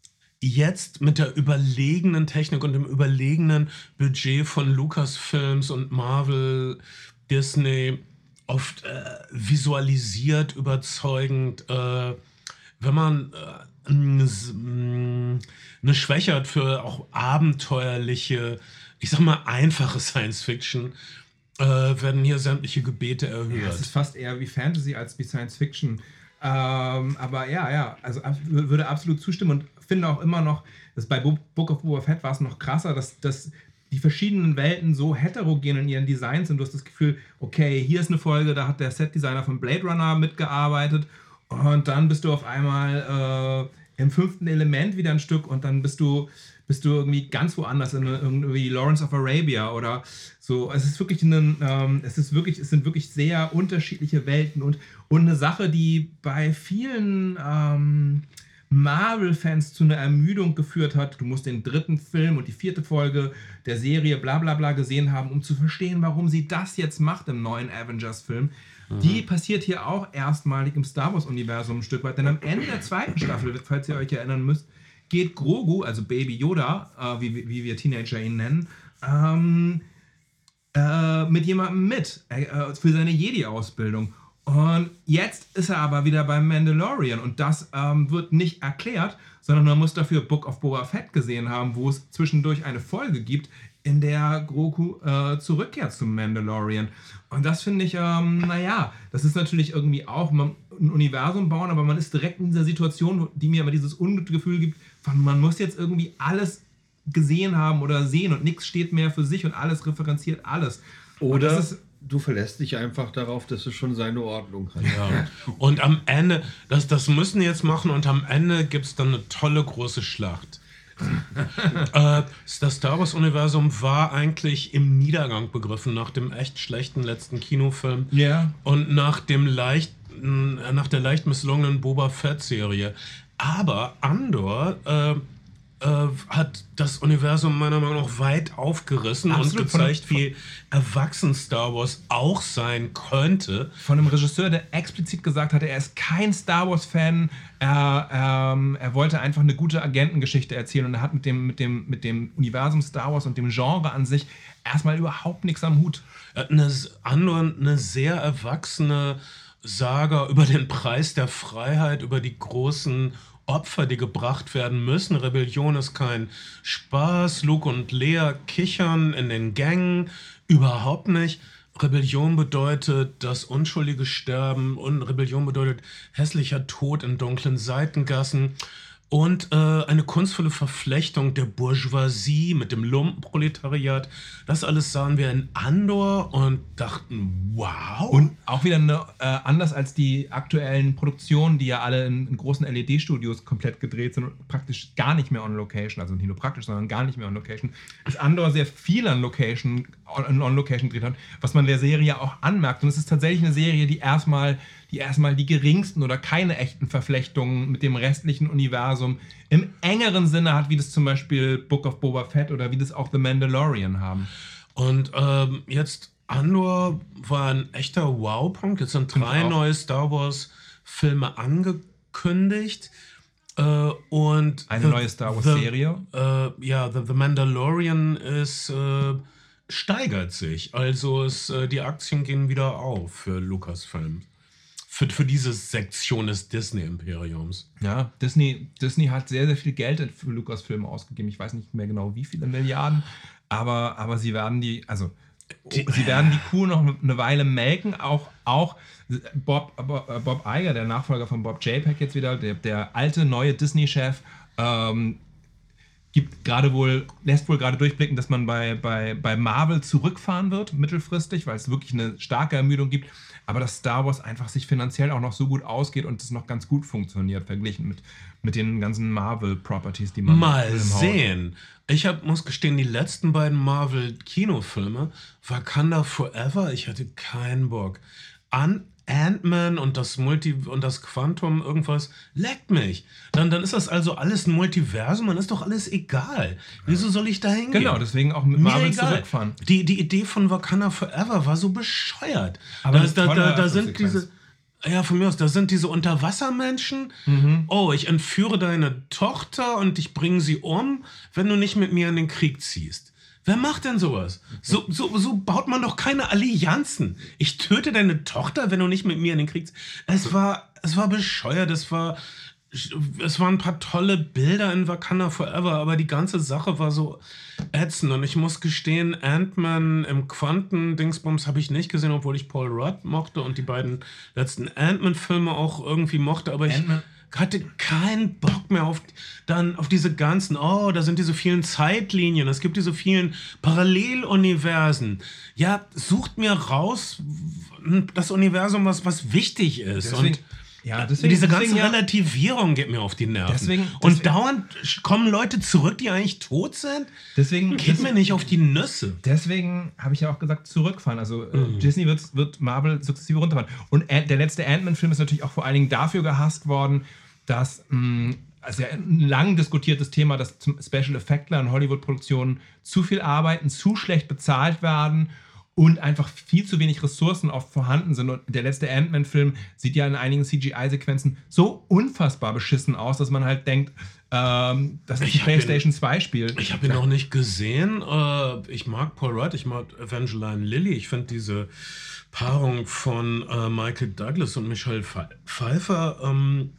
jetzt mit der überlegenen Technik und dem überlegenen Budget von Lucasfilms und Marvel, Disney oft äh, visualisiert, überzeugend. Äh, wenn man äh, eine Schwäche hat für auch abenteuerliche, ich sag mal einfache Science-Fiction, äh, werden hier sämtliche Gebete erhört. Ja, es ist fast eher wie Fantasy als wie Science Fiction. Ähm, aber ja, ja, also ab, würde absolut zustimmen und finde auch immer noch, dass bei Book of Boba Fett war es noch krasser, dass, dass die verschiedenen Welten so heterogen in ihren Designs sind. Du hast das Gefühl, okay, hier ist eine Folge, da hat der Setdesigner von Blade Runner mitgearbeitet und dann bist du auf einmal äh, im fünften Element wieder ein Stück und dann bist du, bist du irgendwie ganz woanders, in irgendwie Lawrence of Arabia oder so. Es ist wirklich ein, ähm, es ist wirklich, es sind wirklich sehr unterschiedliche Welten und, und eine Sache, die bei vielen ähm, Marvel-Fans zu einer Ermüdung geführt hat. Du musst den dritten Film und die vierte Folge der Serie bla bla bla gesehen haben, um zu verstehen, warum sie das jetzt macht im neuen Avengers-Film. Mhm. Die passiert hier auch erstmalig im Star Wars-Universum ein Stück weit, denn am Ende der zweiten Staffel, falls ihr euch erinnern müsst, geht Grogu, also Baby Yoda, äh, wie, wie wir Teenager ihn nennen, ähm, äh, mit jemandem mit äh, für seine Jedi-Ausbildung. Und jetzt ist er aber wieder beim Mandalorian und das ähm, wird nicht erklärt, sondern man muss dafür Book of Boba Fett gesehen haben, wo es zwischendurch eine Folge gibt, in der Grogu äh, zurückkehrt zum Mandalorian. Und das finde ich, ähm, naja, das ist natürlich irgendwie auch man, ein Universum bauen, aber man ist direkt in dieser Situation, die mir immer dieses ungute Gefühl gibt, von man muss jetzt irgendwie alles gesehen haben oder sehen und nichts steht mehr für sich und alles referenziert alles. Oder das ist, du verlässt dich einfach darauf, dass es schon seine Ordnung hat. Ja. Und am Ende, das, das müssen die jetzt machen und am Ende gibt es dann eine tolle große Schlacht. äh, das Star Wars-Universum war eigentlich im Niedergang begriffen nach dem echt schlechten letzten Kinofilm yeah. und nach, dem leicht, nach der leicht misslungenen Boba Fett-Serie. Aber Andor äh, äh, hat das Universum meiner Meinung nach weit aufgerissen Absolut, und gezeigt, von, wie erwachsen Star Wars auch sein könnte. Von einem Regisseur, der explizit gesagt hatte, er ist kein Star Wars-Fan, er, ähm, er wollte einfach eine gute Agentengeschichte erzählen und er hat mit dem, mit dem, mit dem Universum Star Wars und dem Genre an sich erstmal überhaupt nichts am Hut. Eine, Andor, eine sehr erwachsene Saga über den Preis der Freiheit, über die großen Opfer, die gebracht werden müssen. Rebellion ist kein Spaß. Luke und Leia kichern in den Gängen. Überhaupt nicht. Rebellion bedeutet das unschuldige Sterben und Rebellion bedeutet hässlicher Tod in dunklen Seitengassen. Und äh, eine kunstvolle Verflechtung der Bourgeoisie mit dem Lumpenproletariat. Das alles sahen wir in Andor und dachten, wow. Und auch wieder eine, äh, anders als die aktuellen Produktionen, die ja alle in, in großen L E D-Studios komplett gedreht sind und praktisch gar nicht mehr on Location, also nicht nur praktisch, sondern gar nicht mehr on Location, ist Andor sehr viel an Location, on, on Location gedreht hat, was man der Serie auch anmerkt. Und es ist tatsächlich eine Serie, die erstmal die erstmal die geringsten oder keine echten Verflechtungen mit dem restlichen Universum im engeren Sinne hat, wie das zum Beispiel Book of Boba Fett oder wie das auch The Mandalorian haben. Und ähm, jetzt Andor war ein echter Wow-Punkt. Jetzt sind drei neue Star Wars-Filme angekündigt. Äh, und eine the, neue Star Wars-Serie? Äh, ja, the, the Mandalorian ist, äh, steigert sich. Also ist, äh, die Aktien gehen wieder auf für Lucasfilm. Für, für diese Sektion des Disney-Imperiums. Ja, Disney, Disney hat sehr, sehr viel Geld für Lucasfilme ausgegeben. Ich weiß nicht mehr genau, wie viele Milliarden, aber, aber sie werden die, also die, sie werden die Kuh noch eine Weile melken. Auch, auch Bob, Bob, Bob Iger, der Nachfolger von Bob J. Peck jetzt wieder, der, der alte, neue Disney-Chef, ähm, gibt gerade wohl, lässt wohl gerade durchblicken, dass man bei, bei, bei Marvel zurückfahren wird, mittelfristig, weil es wirklich eine starke Ermüdung gibt. Aber dass Star Wars einfach sich finanziell auch noch so gut ausgeht und es noch ganz gut funktioniert, verglichen mit, mit den ganzen Marvel-Properties, die man mal sehen. Ich hab, muss gestehen, die letzten beiden Marvel-Kinofilme, Wakanda Forever, ich hatte keinen Bock. An Ant-Man und das Multi und das Quantum irgendwas leckt mich. Dann, dann ist das also alles ein Multiversum, dann ist doch alles egal. Wieso soll ich da hingehen? Genau, deswegen auch mit Marvel zurückfahren. Die, die Idee von Wakanda Forever war so bescheuert. Aber da, da, da, da sind diese, ja, von mir aus, da sind diese Unterwassermenschen. Mhm. Oh, ich entführe deine Tochter und ich bringe sie um, wenn du nicht mit mir in den Krieg ziehst. Wer macht denn sowas? So, so, so baut man doch keine Allianzen. Ich töte deine Tochter, wenn du nicht mit mir in den Krieg ziehst. Es war, es war bescheuert, es war es waren ein paar tolle Bilder in Wakanda Forever, aber die ganze Sache war so ätzend. Und ich muss gestehen, Ant-Man im Quanten-Dingsbums habe ich nicht gesehen, obwohl ich Paul Rudd mochte und die beiden letzten Ant-Man-Filme auch irgendwie mochte. Aber ich hatte keinen Bock mehr auf, dann auf diese ganzen, oh, da sind diese vielen Zeitlinien, es gibt diese vielen Paralleluniversen. Ja, sucht mir raus das Universum, was, was wichtig ist. Deswegen, und ja, deswegen, diese ganze deswegen, ja. Relativierung geht mir auf die Nerven. Deswegen, deswegen, und dauernd kommen Leute zurück, die eigentlich tot sind. Deswegen geht deswegen, mir nicht auf die Nüsse. Deswegen habe ich ja auch gesagt, zurückfahren. Also mhm. Disney wird, wird Marvel sukzessive runterfahren. Und Ant, der letzte Ant-Man-Film ist natürlich auch vor allen Dingen dafür gehasst worden, dass mh, also ja, ein lang diskutiertes Thema, dass Special Effectler in Hollywood-Produktionen zu viel arbeiten, zu schlecht bezahlt werden und einfach viel zu wenig Ressourcen oft vorhanden sind. Und der letzte Ant-Man-Film sieht ja in einigen C G I-Sequenzen so unfassbar beschissen aus, dass man halt denkt, ähm, dass es die PlayStation ihn, zwei spielt. Ich habe ihn noch nicht gesehen. Äh, ich mag Paul Rudd, ich mag Evangeline Lilly. Ich finde diese Paarung von äh, Michael Douglas und Michelle Pfeiffer ähm,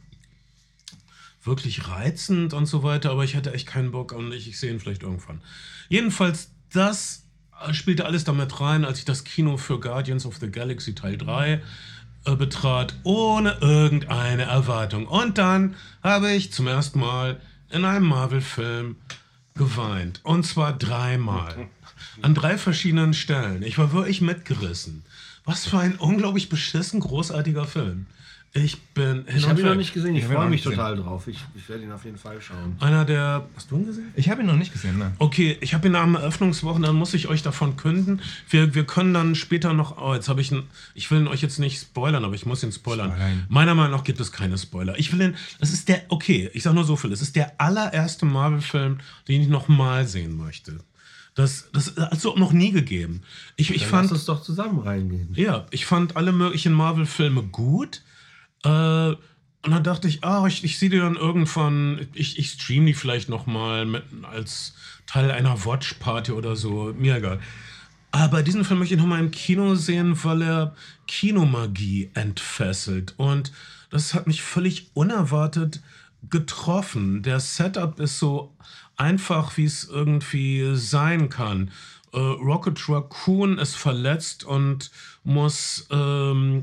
wirklich reizend und so weiter. Aber ich hatte echt keinen Bock und ich, ich sehe ihn vielleicht irgendwann. Jedenfalls, das spielte alles damit rein, als ich das Kino für Guardians of the Galaxy Teil drei äh, betrat, ohne irgendeine Erwartung. Und dann habe ich zum ersten Mal in einem Marvel-Film geweint. Und zwar dreimal. An drei verschiedenen Stellen. Ich war wirklich mitgerissen. Was für ein unglaublich beschissen großartiger Film. Ich bin hin Ich habe und ihn noch weg. nicht gesehen, ich, Ich freue mich gesehen. total drauf. Ich, ich werde ihn auf jeden Fall schauen. Einer der... Hast du ihn gesehen? Ich habe ihn noch nicht gesehen, ne? Okay, ich habe ihn am Eröffnungswochen, dann muss ich euch davon künden. Wir, wir können dann später noch... Oh, jetzt habe ich... Ein, ich will ihn euch jetzt nicht spoilern, aber ich muss ihn spoilern. Spoilern. Meiner Meinung nach gibt es keine Spoiler. Ich will ihn... Das ist der... Okay, ich sage nur so viel. Es ist der allererste Marvel-Film, den ich nochmal sehen möchte. Das, das hat es noch nie gegeben. Ich, ich dann fand, lass uns doch zusammen reingehen. Ja, ich fand alle möglichen Marvel-Filme gut. Äh, und dann dachte ich, ah, ich, ich sehe die dann irgendwann, ich, ich stream die vielleicht nochmal als Teil einer Watch-Party oder so, mir egal. Aber diesen Film möchte ich nochmal im Kino sehen, weil er Kinomagie entfesselt. Und das hat mich völlig unerwartet getroffen. Der Setup ist so einfach, wie es irgendwie sein kann. Äh, Rocket Raccoon ist verletzt und muss... Ähm,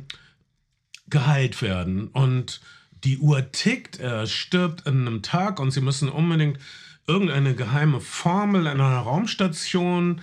geheilt werden. Und die Uhr tickt, er stirbt in einem Tag und sie müssen unbedingt irgendeine geheime Formel in einer Raumstation,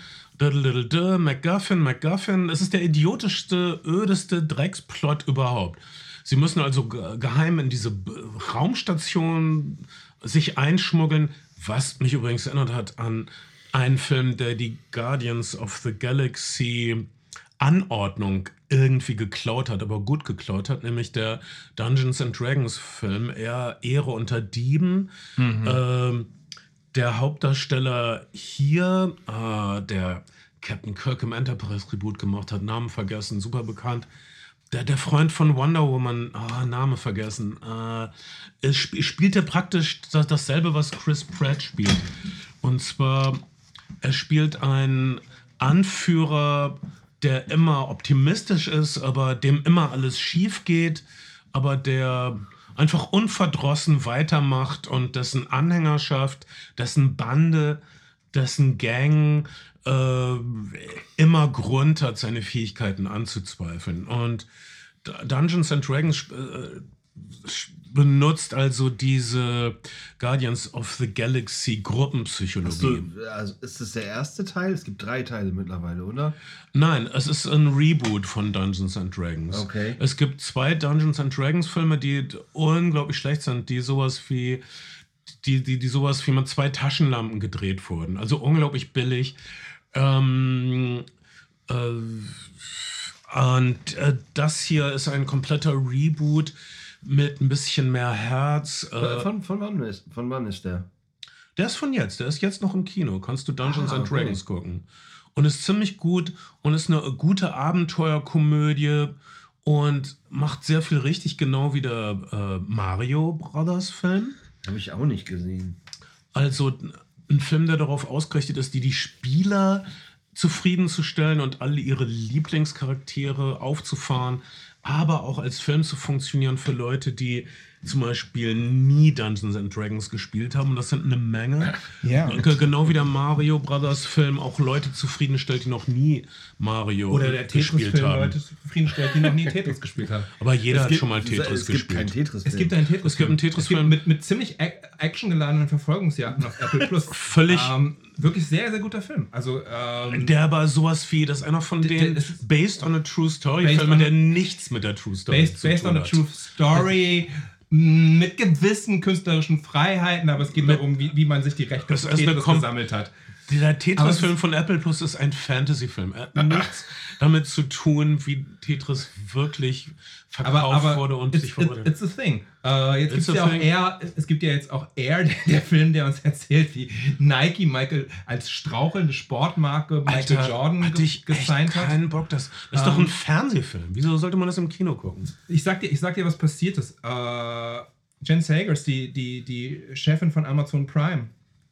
MacGuffin, MacGuffin, es ist der idiotischste, ödeste Drecksplot überhaupt. Sie müssen also geheim in diese Raumstation sich einschmuggeln, was mich übrigens erinnert hat an einen Film, der die Guardians of the Galaxy Anordnung irgendwie geklaut hat, aber gut geklaut hat, nämlich der Dungeons and Dragons Film, eher Ehre unter Dieben. Mhm. Ähm, der Hauptdarsteller hier, äh, der Captain Kirk im Enterprise Reboot gemacht hat, Namen vergessen, super bekannt. Der, der Freund von Wonder Woman, oh, Name vergessen, äh, es sp- spielte praktisch das, dasselbe, was Chris Pratt spielt. Und zwar, er spielt einen Anführer, der immer optimistisch ist, aber dem immer alles schief geht, aber der einfach unverdrossen weitermacht und dessen Anhängerschaft, dessen Bande, dessen Gang äh, immer Grund hat, seine Fähigkeiten anzuzweifeln. Und Dungeons and Dragons äh, benutzt also diese Guardians of the Galaxy Gruppenpsychologie. Du, also ist das der erste Teil? Es gibt drei Teile mittlerweile, oder? Nein, es ist ein Reboot von Dungeons and Dragons. Okay. Es gibt zwei Dungeons and Dragons Filme, die unglaublich schlecht sind, die sowas wie die, die, die sowas wie mit zwei Taschenlampen gedreht wurden. Also unglaublich billig. Ähm, äh, und äh, das hier ist ein kompletter Reboot mit ein bisschen mehr Herz. Äh, von, von, wann ist, von wann ist der? Der ist von jetzt. Der ist jetzt noch im Kino. Kannst du Dungeons ah, and okay. Dragons gucken. Und ist ziemlich gut und ist eine gute Abenteuerkomödie und macht sehr viel richtig, genau wie der äh, Mario Brothers Film. Habe ich auch nicht gesehen. Also ein Film, der darauf ausgerichtet ist, die die Spieler zufriedenzustellen und alle ihre Lieblingscharaktere aufzufahren, aber auch als Film zu funktionieren für Leute, die zum Beispiel nie Dungeons and Dragons gespielt haben. Und das sind eine Menge. Ja. G- Genau wie der Mario Brothers Film auch Leute zufriedenstellt, die noch nie Mario Oder der gespielt Tetris-Film haben. Leute zufriedenstellt, die noch nie Tetris gespielt haben. Aber jeder Es hat gibt- schon mal es- Tetris es gibt keinen gespielt. Tetris. Es gibt einen Tetris. Es gibt einen Tetris-Film. mit, mit ziemlich ac- actiongeladenen Verfolgungsjagden auf Apple Plus. Völlig- Ähm, wirklich sehr, sehr guter Film. Also, ähm, Der aber sowas wie, das ist einer von Der- den das ist- Based on a True Story Based Filmen, on- der nichts mit der True Story based, zu based tun on a hat. true story, m, mit gewissen künstlerischen Freiheiten, aber es geht Mit- darum, wie, wie man sich die Rechte Das für ist eine Tetris kom- gesammelt hat. Der Aber es Tetris-Film ist- von Apple Plus ist ein Fantasy-Film. Er hat nichts damit zu tun, wie Tetris wirklich verkauft Aber, aber wurde und it's, sich it, verwurzelt. it's a thing. Äh, jetzt It's gibt's a ja auch thing. Air, es gibt ja jetzt auch Air, der, der Film, der uns erzählt, wie Nike Michael als strauchelnde Sportmarke Michael Alter, Jordan hatte ge ich echt gesigned hat. keinen Bock. Das, das ist Ähm, doch ein Fernsehfilm. Wieso sollte man das im Kino gucken? Ich sag dir, ich sag dir, was passiert ist. Äh, Jen Sagers, die, die, die Chefin von Amazon Prime,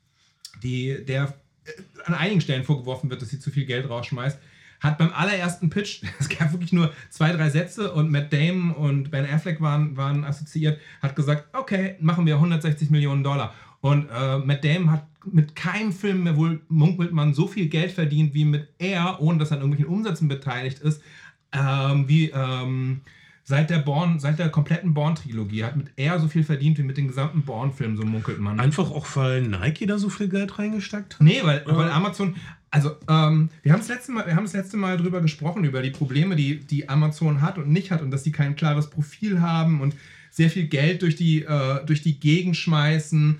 die, der äh, an einigen Stellen vorgeworfen wird, dass sie zu viel Geld rausschmeißt, hat beim allerersten Pitch, es gab wirklich nur zwei, drei Sätze und Matt Damon und Ben Affleck waren, waren assoziiert, hat gesagt, okay, machen wir hundertsechzig Millionen Dollar. Und äh, Matt Damon hat mit keinem Film mehr wohl, munkelt man, so viel Geld verdient wie mit Air, ohne dass er an irgendwelchen Umsätzen beteiligt ist, ähm, wie ähm, seit der Bourne, seit der kompletten Bourne-Trilogie. Hat mit Air so viel verdient wie mit den gesamten Bourne-Filmen, so munkelt man. Einfach auch, weil Nike da so viel Geld reingesteckt hat? Nee, weil, Ja. weil Amazon, also ähm, wir haben das letzte Mal, wir haben das letzte Mal drüber gesprochen, über die Probleme, die, die Amazon hat und nicht hat und dass sie kein klares Profil haben und sehr viel Geld durch die, äh, durch die Gegend schmeißen.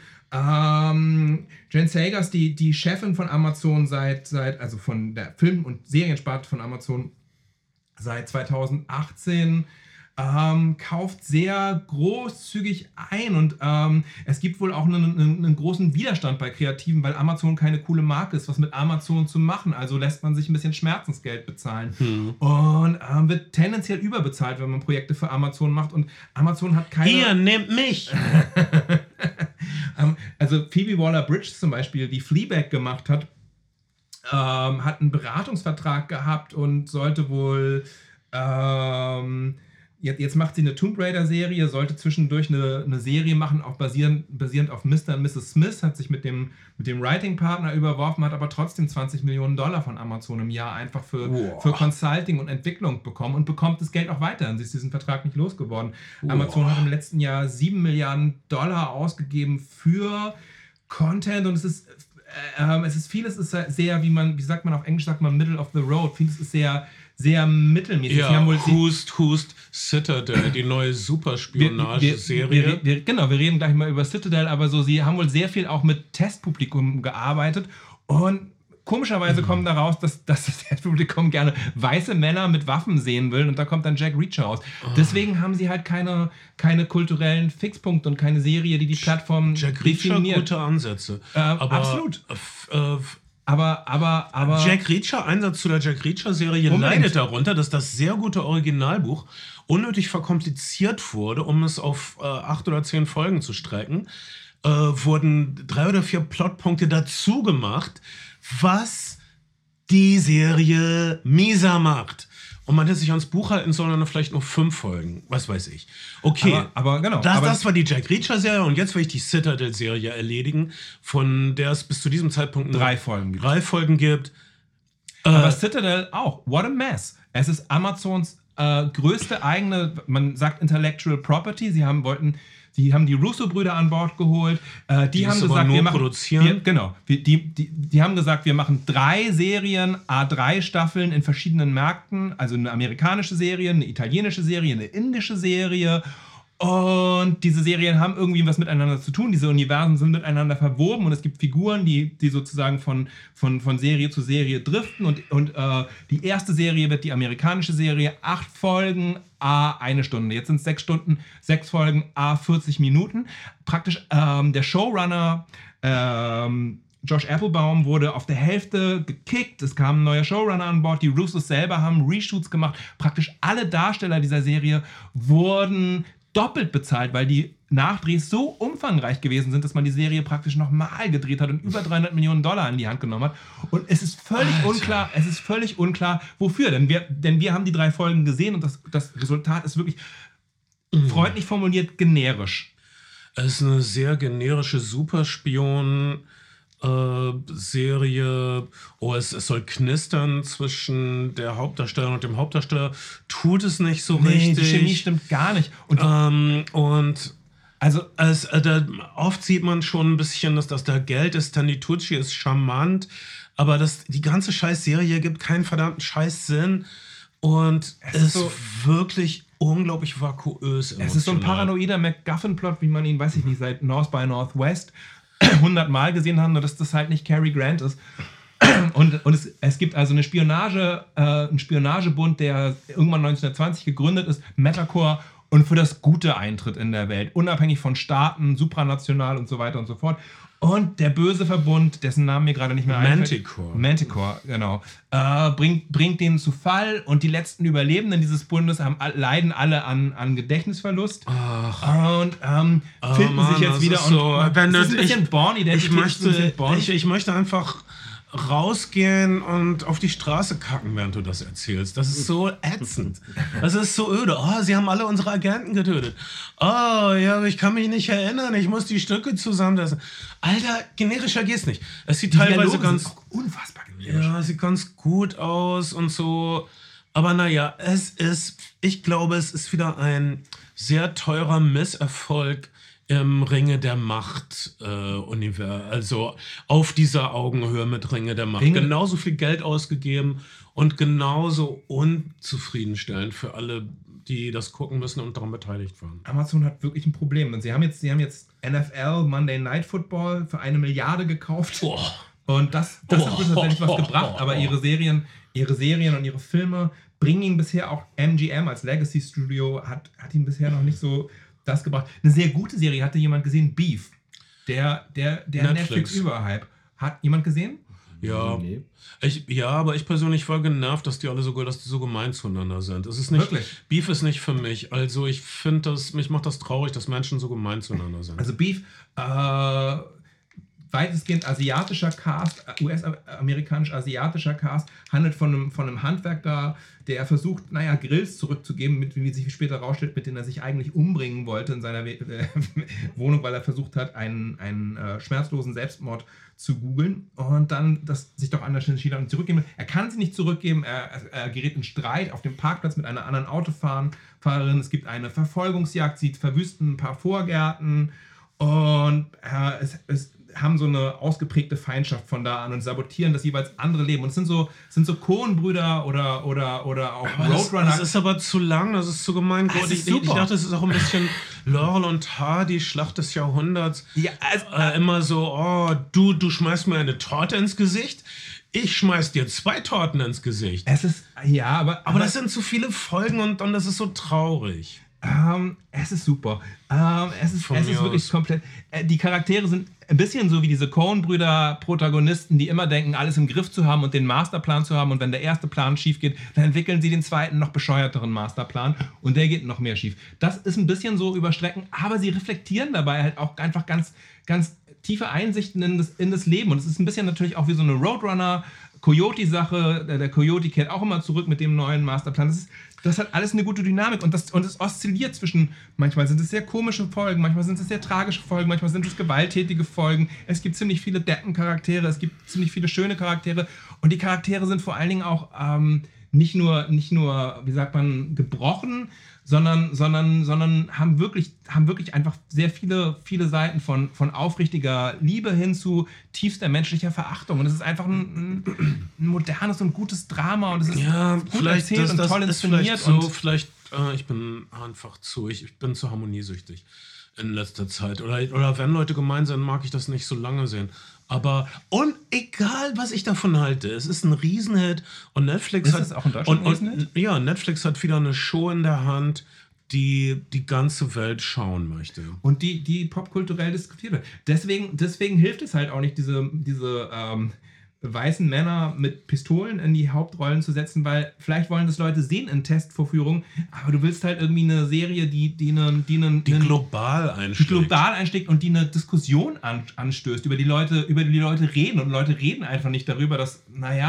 Ähm, Jen Sagers, die, die Chefin von Amazon seit, seit, also von der Film- und Seriensparte von Amazon seit zweitausendachtzehn, ähm, kauft sehr großzügig ein und ähm, es gibt wohl auch einen, einen, einen großen Widerstand bei Kreativen, weil Amazon keine coole Marke ist, was mit Amazon zu machen. Also lässt man sich ein bisschen Schmerzensgeld bezahlen Hm. und ähm, wird tendenziell überbezahlt, wenn man Projekte für Amazon macht und Amazon hat keine... Hier, nehmt mich! Ähm, also Phoebe Waller-Bridge zum Beispiel, die Fleabag gemacht hat, ähm, hat einen Beratungsvertrag gehabt und sollte wohl ähm, jetzt, jetzt macht sie eine Tomb Raider-Serie, sollte zwischendurch eine, eine Serie machen, auch basierend, basierend auf Mister und Misses Smith, hat sich mit dem, mit dem Writing-Partner überworfen, hat aber trotzdem zwanzig Millionen Dollar von Amazon im Jahr einfach für, Wow. für Consulting und Entwicklung bekommen und bekommt das Geld auch weiter. Sie ist diesen Vertrag nicht losgeworden. Wow. Amazon hat im letzten Jahr sieben Milliarden Dollar ausgegeben für Content und es ist, äh, ähm, es ist vieles ist sehr, wie man, wie sagt man auf Englisch, sagt man Middle of the Road, vieles ist sehr, sehr mittelmäßig. Sie Ja, haben wohl sie- Hust, Hust, Citadel, die neue wir, Superspionage-Serie. wir, wir, genau, wir reden gleich mal über Citadel, aber so, sie haben wohl sehr viel auch mit Testpublikum gearbeitet und komischerweise Mhm. kommt da raus, dass, dass das Testpublikum gerne weiße Männer mit Waffen sehen will und da kommt dann Jack Reacher raus. Oh. Deswegen haben sie halt keine, keine kulturellen Fixpunkte und keine Serie, die die Plattform Jack Reacher, definiert. gute Ansätze. Ähm, aber, absolut. Äh, äh, Aber, aber, aber... Jack Reacher, Einsatz zu der Jack Reacher-Serie Unbedingt. leidet darunter, dass das sehr gute Originalbuch unnötig verkompliziert wurde, um es auf äh, acht oder zehn Folgen zu strecken. Äh, wurden drei oder vier Plotpunkte dazu gemacht, was die Serie mieser macht. Und man hätte sich ans Buch halten sollen, dann vielleicht noch fünf Folgen. Was weiß ich. Okay. Aber, aber genau. Das, aber das war die Jack Reacher-Serie und jetzt will ich die Citadel-Serie erledigen, von der es bis zu diesem Zeitpunkt nur Drei Folgen gibt. drei Folgen gibt. Aber Äh, Citadel auch. What a mess. Es ist Amazons äh, größte eigene, man sagt Intellectual Property. Sie haben wollten, sie haben die Russo-Brüder an Bord geholt. Äh, die, Die haben es aber gesagt, nur wir machen, produzieren? Wir, genau. Wir, die, die, die haben gesagt, wir machen drei Serien, A drei Staffeln in verschiedenen Märkten. Also eine amerikanische Serie, eine italienische Serie, eine indische Serie. Und diese Serien haben irgendwie was miteinander zu tun. Diese Universen sind miteinander verwoben und es gibt Figuren, die, die sozusagen von, von, von Serie zu Serie driften. Und, und äh, die erste Serie wird die amerikanische Serie. Acht Folgen, a eine Stunde. Jetzt sind es sechs Stunden, sechs Folgen, a vierzig Minuten. Praktisch ähm, der Showrunner ähm, Josh Applebaum wurde auf der Hälfte gekickt. Es kam ein neuer Showrunner an Bord. Die Russos selber haben Reshoots gemacht. Praktisch alle Darsteller dieser Serie wurden doppelt bezahlt, weil die Nachdrehs so umfangreich gewesen sind, dass man die Serie praktisch nochmal gedreht hat und über dreihundert Millionen Dollar in die Hand genommen hat. Und es ist völlig Alter. unklar, es ist völlig unklar, wofür. Denn wir, denn wir haben die drei Folgen gesehen und das, das Resultat ist wirklich freundlich formuliert, generisch. Es ist eine sehr generische Superspion- Äh, Serie, oh, es, es soll knistern zwischen der Hauptdarstellerin und dem Hauptdarsteller, tut es nicht so Nee, richtig. die Chemie stimmt gar nicht. Und ähm, und also es, äh, da, oft sieht man schon ein bisschen, dass das da Geld ist. Tandy Tucci ist charmant, aber das, die ganze Scheiß-Serie gibt keinen verdammten Scheiß-Sinn und Es es ist ist so- wirklich unglaublich vakuös. es ist so ein emotional. paranoider MacGuffin-Plot, wie man ihn, weiß ich nicht, seit North by Northwest hundert Mal gesehen haben, nur dass das halt nicht Cary Grant ist. Und, und es, es gibt also eine Spionage, äh, einen Spionagebund, der irgendwann neunzehnhundertzwanzig gegründet ist, Metacore, und für das Gute eintritt in der Welt, unabhängig von Staaten, supranational und so weiter und so fort. Und der böse Verbund, dessen Namen mir gerade nicht mehr einfällt. Manticore. Manticore, genau. Äh, bringt, bringt den zu Fall und die letzten Überlebenden dieses Bundes haben, leiden alle an, an Gedächtnisverlust. Ach. Und ähm, Oh finden Mann, sich jetzt das wieder ist und so, man, wenn es ist das- ein bisschen ich- Born, Ich möchte, ich, ich, ich möchte einfach rausgehen und auf die Straße kacken, während du das erzählst. Das ist so ätzend. Das ist so öde. Oh, sie haben alle unsere Agenten getötet. Oh, ja, aber ich kann mich nicht erinnern. Ich muss die Stücke zusammenlassen. Alter, generischer geht's nicht. Es sieht teilweise ganz... unfassbar generisch. Ja, sieht ganz gut aus und so. Aber naja, es ist, ich glaube, es ist wieder ein sehr teurer Misserfolg im Ringe der Macht äh, Universum. Also auf dieser Augenhöhe mit Ringe der Macht. Ringe- Genauso viel Geld ausgegeben und genauso unzufriedenstellend für alle, die das gucken müssen und daran beteiligt waren. Amazon hat wirklich ein Problem. Und sie haben jetzt, sie haben jetzt N F L Monday Night Football für eine Milliarde gekauft. Boah. Und das, das Oh, hat wohl tatsächlich was oh, gebracht. oh, Aber oh. ihre Serien, ihre Serien und ihre Filme bringen ihn bisher auch, M G M als Legacy Studio hat, hat ihn bisher noch nicht so das gebracht. Eine sehr gute Serie hatte jemand gesehen, Beef. Der, der, der Netflix. Netflix-Überhype. Hat jemand gesehen? Ja. Nee. Ich, ja, aber ich persönlich war genervt, dass die alle so, dass die so gemein zueinander sind. Es ist nicht, Wirklich? Beef ist nicht für mich. Also ich finde das, mich macht das traurig, dass Menschen so gemein zueinander sind. Also Beef, äh, weitestgehend asiatischer Cast, U S-amerikanisch-asiatischer Cast, handelt von einem, von einem Handwerker, der versucht, naja, Grills zurückzugeben, mit, wie sich später rausstellt, mit denen er sich eigentlich umbringen wollte in seiner We äh, Wohnung, weil er versucht hat, einen, einen äh, schmerzlosen Selbstmord zu googeln und dann das sich doch an der China und zurückgeben. Er kann sie nicht zurückgeben, er, er gerät in Streit auf dem Parkplatz mit einer anderen Autofahrerin. Es gibt eine Verfolgungsjagd, sie verwüsten ein paar Vorgärten und äh, es, es haben so eine ausgeprägte Feindschaft von da an und sabotieren das jeweils andere Leben. Und es sind so, es sind so Coen-Brüder oder, oder, oder auch Aber das, Roadrunner. das ist aber zu lang, das ist zu gemein. Das Gott, ist ich, ich super. dachte, es ist auch ein bisschen Laurel und Hardy, Schlacht des Jahrhunderts. Ja, also, Äh, immer so, oh, du, du schmeißt mir eine Torte ins Gesicht, ich schmeiß dir zwei Torten ins Gesicht. es ist, ja, aber, Aber das sind zu viele Folgen und, und das ist so traurig. Ähm, es ist super. Ähm, es ist, Von es mir ist wirklich aus. komplett. Äh, die Charaktere sind ein bisschen so wie diese Coen-Brüder-Protagonisten, die immer denken, alles im Griff zu haben und den Masterplan zu haben. Und wenn der erste Plan schief geht, dann entwickeln sie den zweiten, noch bescheuerteren Masterplan und der geht noch mehr schief. Das ist ein bisschen so über Strecken, aber sie reflektieren dabei halt auch einfach ganz, ganz tiefe Einsichten in das, in das Leben. Und es ist ein bisschen natürlich auch wie so eine Roadrunner- Coyote-Sache, der, der Coyote kehrt auch immer zurück mit dem neuen Masterplan. Das, ist, das hat alles eine gute Dynamik und das, und es oszilliert zwischen, manchmal sind es sehr komische Folgen, manchmal sind es sehr tragische Folgen, manchmal sind es gewalttätige Folgen. Es gibt ziemlich viele Deppen-Charaktere, es gibt ziemlich viele schöne Charaktere und die Charaktere sind vor allen Dingen auch ähm, nicht nur, nicht nur, wie sagt man, gebrochen, sondern, sondern, sondern haben wirklich, haben wirklich einfach sehr viele, viele Seiten von, von aufrichtiger Liebe hin zu tiefster menschlicher Verachtung. Und es ist einfach ein, ein, ein modernes und gutes Drama und es ist Ja, gut vielleicht erzählt das, und das toll ist inszeniert. vielleicht so, Und vielleicht, äh, ich bin einfach zu, ich, ich bin zu harmoniesüchtig in letzter Zeit. Oder, oder wenn Leute gemein sind, mag ich das nicht so lange sehen. Aber, und egal, was ich davon halte, es ist ein Riesenhit und Netflix Ist hat... es auch in Deutschland und, ein und, Riesenhit? Ja, Netflix hat wieder eine Show in der Hand, die die ganze Welt schauen möchte. Und die, die popkulturell diskutiert wird. Deswegen, deswegen hilft es halt auch nicht, diese, diese ähm, weißen Männer mit Pistolen in die Hauptrollen zu setzen, weil vielleicht wollen das Leute sehen in Testvorführungen, aber du willst halt irgendwie eine Serie, die, die, eine, die, eine, Die eine, global die einschlägt. global einschlägt und die eine Diskussion an, anstößt, über die Leute, über die Leute reden. Und Leute reden einfach nicht darüber, dass, naja,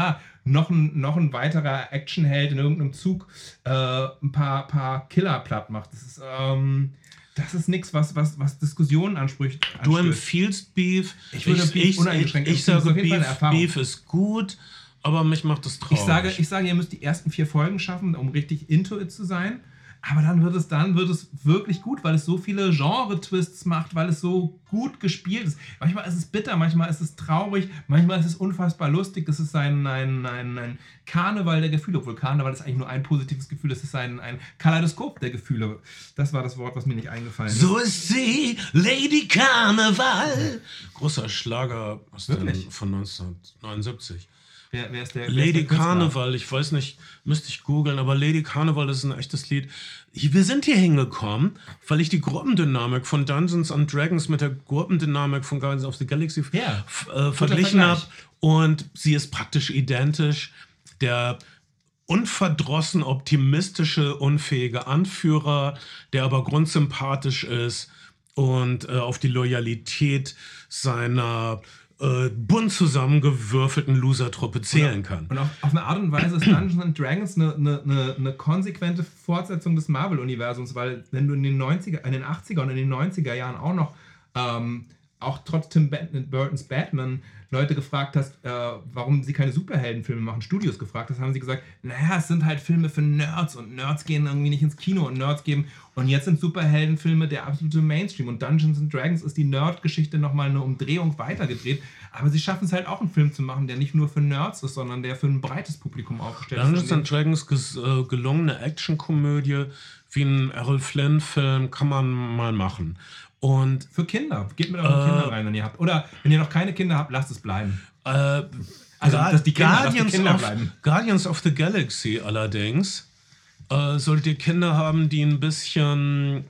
noch ein, noch ein weiterer Actionheld in irgendeinem Zug äh, ein paar, paar Killer platt macht. Das ist, ähm, das ist nichts, was, was, was Diskussionen anspricht. Du empfiehlst Beef. Ich würde ich, Beef ich, uneingeschränkt ich, ich empfehlen. sage, Das ist auf jeden Fall eine Beef, Erfahrung. Beef ist gut, aber mich macht das traurig. Ich sage, ich sage, ihr müsst die ersten vier Folgen schaffen, um richtig into it zu sein. Aber dann wird es dann wird es wirklich gut, weil es so viele Genre-Twists macht, weil es so gut gespielt ist. Manchmal ist es bitter, manchmal ist es traurig, manchmal ist es unfassbar lustig. Das ist ein, ein, ein, ein Karneval der Gefühle, obwohl Karneval ist eigentlich nur ein positives Gefühl, es ist ein, ein Kaleidoskop der Gefühle. Das war das Wort, was mir nicht eingefallen ist. So ist sie, Lady Karneval. Großer Schlager aus den, von neunzehnhundertneunundsiebzig. Wer, wer ist der, Lady wer ist der Karneval, ich weiß nicht, müsste ich googeln, aber Lady Karneval ist ein echtes Lied. Wir sind hier hingekommen, weil ich die Gruppendynamik von Dungeons and Dragons mit der Gruppendynamik von Guardians of the Galaxy Ja, f- äh, verglichen habe. Und sie ist praktisch identisch. Der unverdrossen optimistische, unfähige Anführer, der aber grundsympathisch ist und äh, auf die Loyalität seiner äh, bunt zusammengewürfelten Loser-Truppe zählen kann. Und auf, auf eine Art und Weise ist Dungeons and Dragons eine, eine, eine, eine konsequente Fortsetzung des Marvel-Universums, weil wenn du in den neunziger, in den achtziger und in den neunziger Jahren auch noch, ähm, auch trotz Tim Burtons Batman, Leute gefragt hast, äh, warum sie keine Superheldenfilme machen, Studios gefragt hast, haben sie gesagt, naja, es sind halt Filme für Nerds und Nerds gehen irgendwie nicht ins Kino und Nerds geben, und jetzt sind Superheldenfilme der absolute Mainstream und Dungeons and Dragons ist die Nerd-Geschichte nochmal eine Umdrehung weitergedreht, aber sie schaffen es halt auch, einen Film zu machen, der nicht nur für Nerds ist, sondern der für ein breites Publikum aufgestellt ist. Dungeons and Dragons ges- äh, gelungene Actionkomödie wie ein Errol Flynn-Film kann man mal machen. Und für Kinder. Geht mit euren Äh, Kindern rein, wenn ihr habt. Oder wenn ihr noch keine Kinder habt, lasst es bleiben. äh, Also, Ga- dass die Kinder- dass die Guardians, Kinder of, bleiben. Guardians of the Galaxy allerdings äh, solltet ihr Kinder haben, die ein bisschen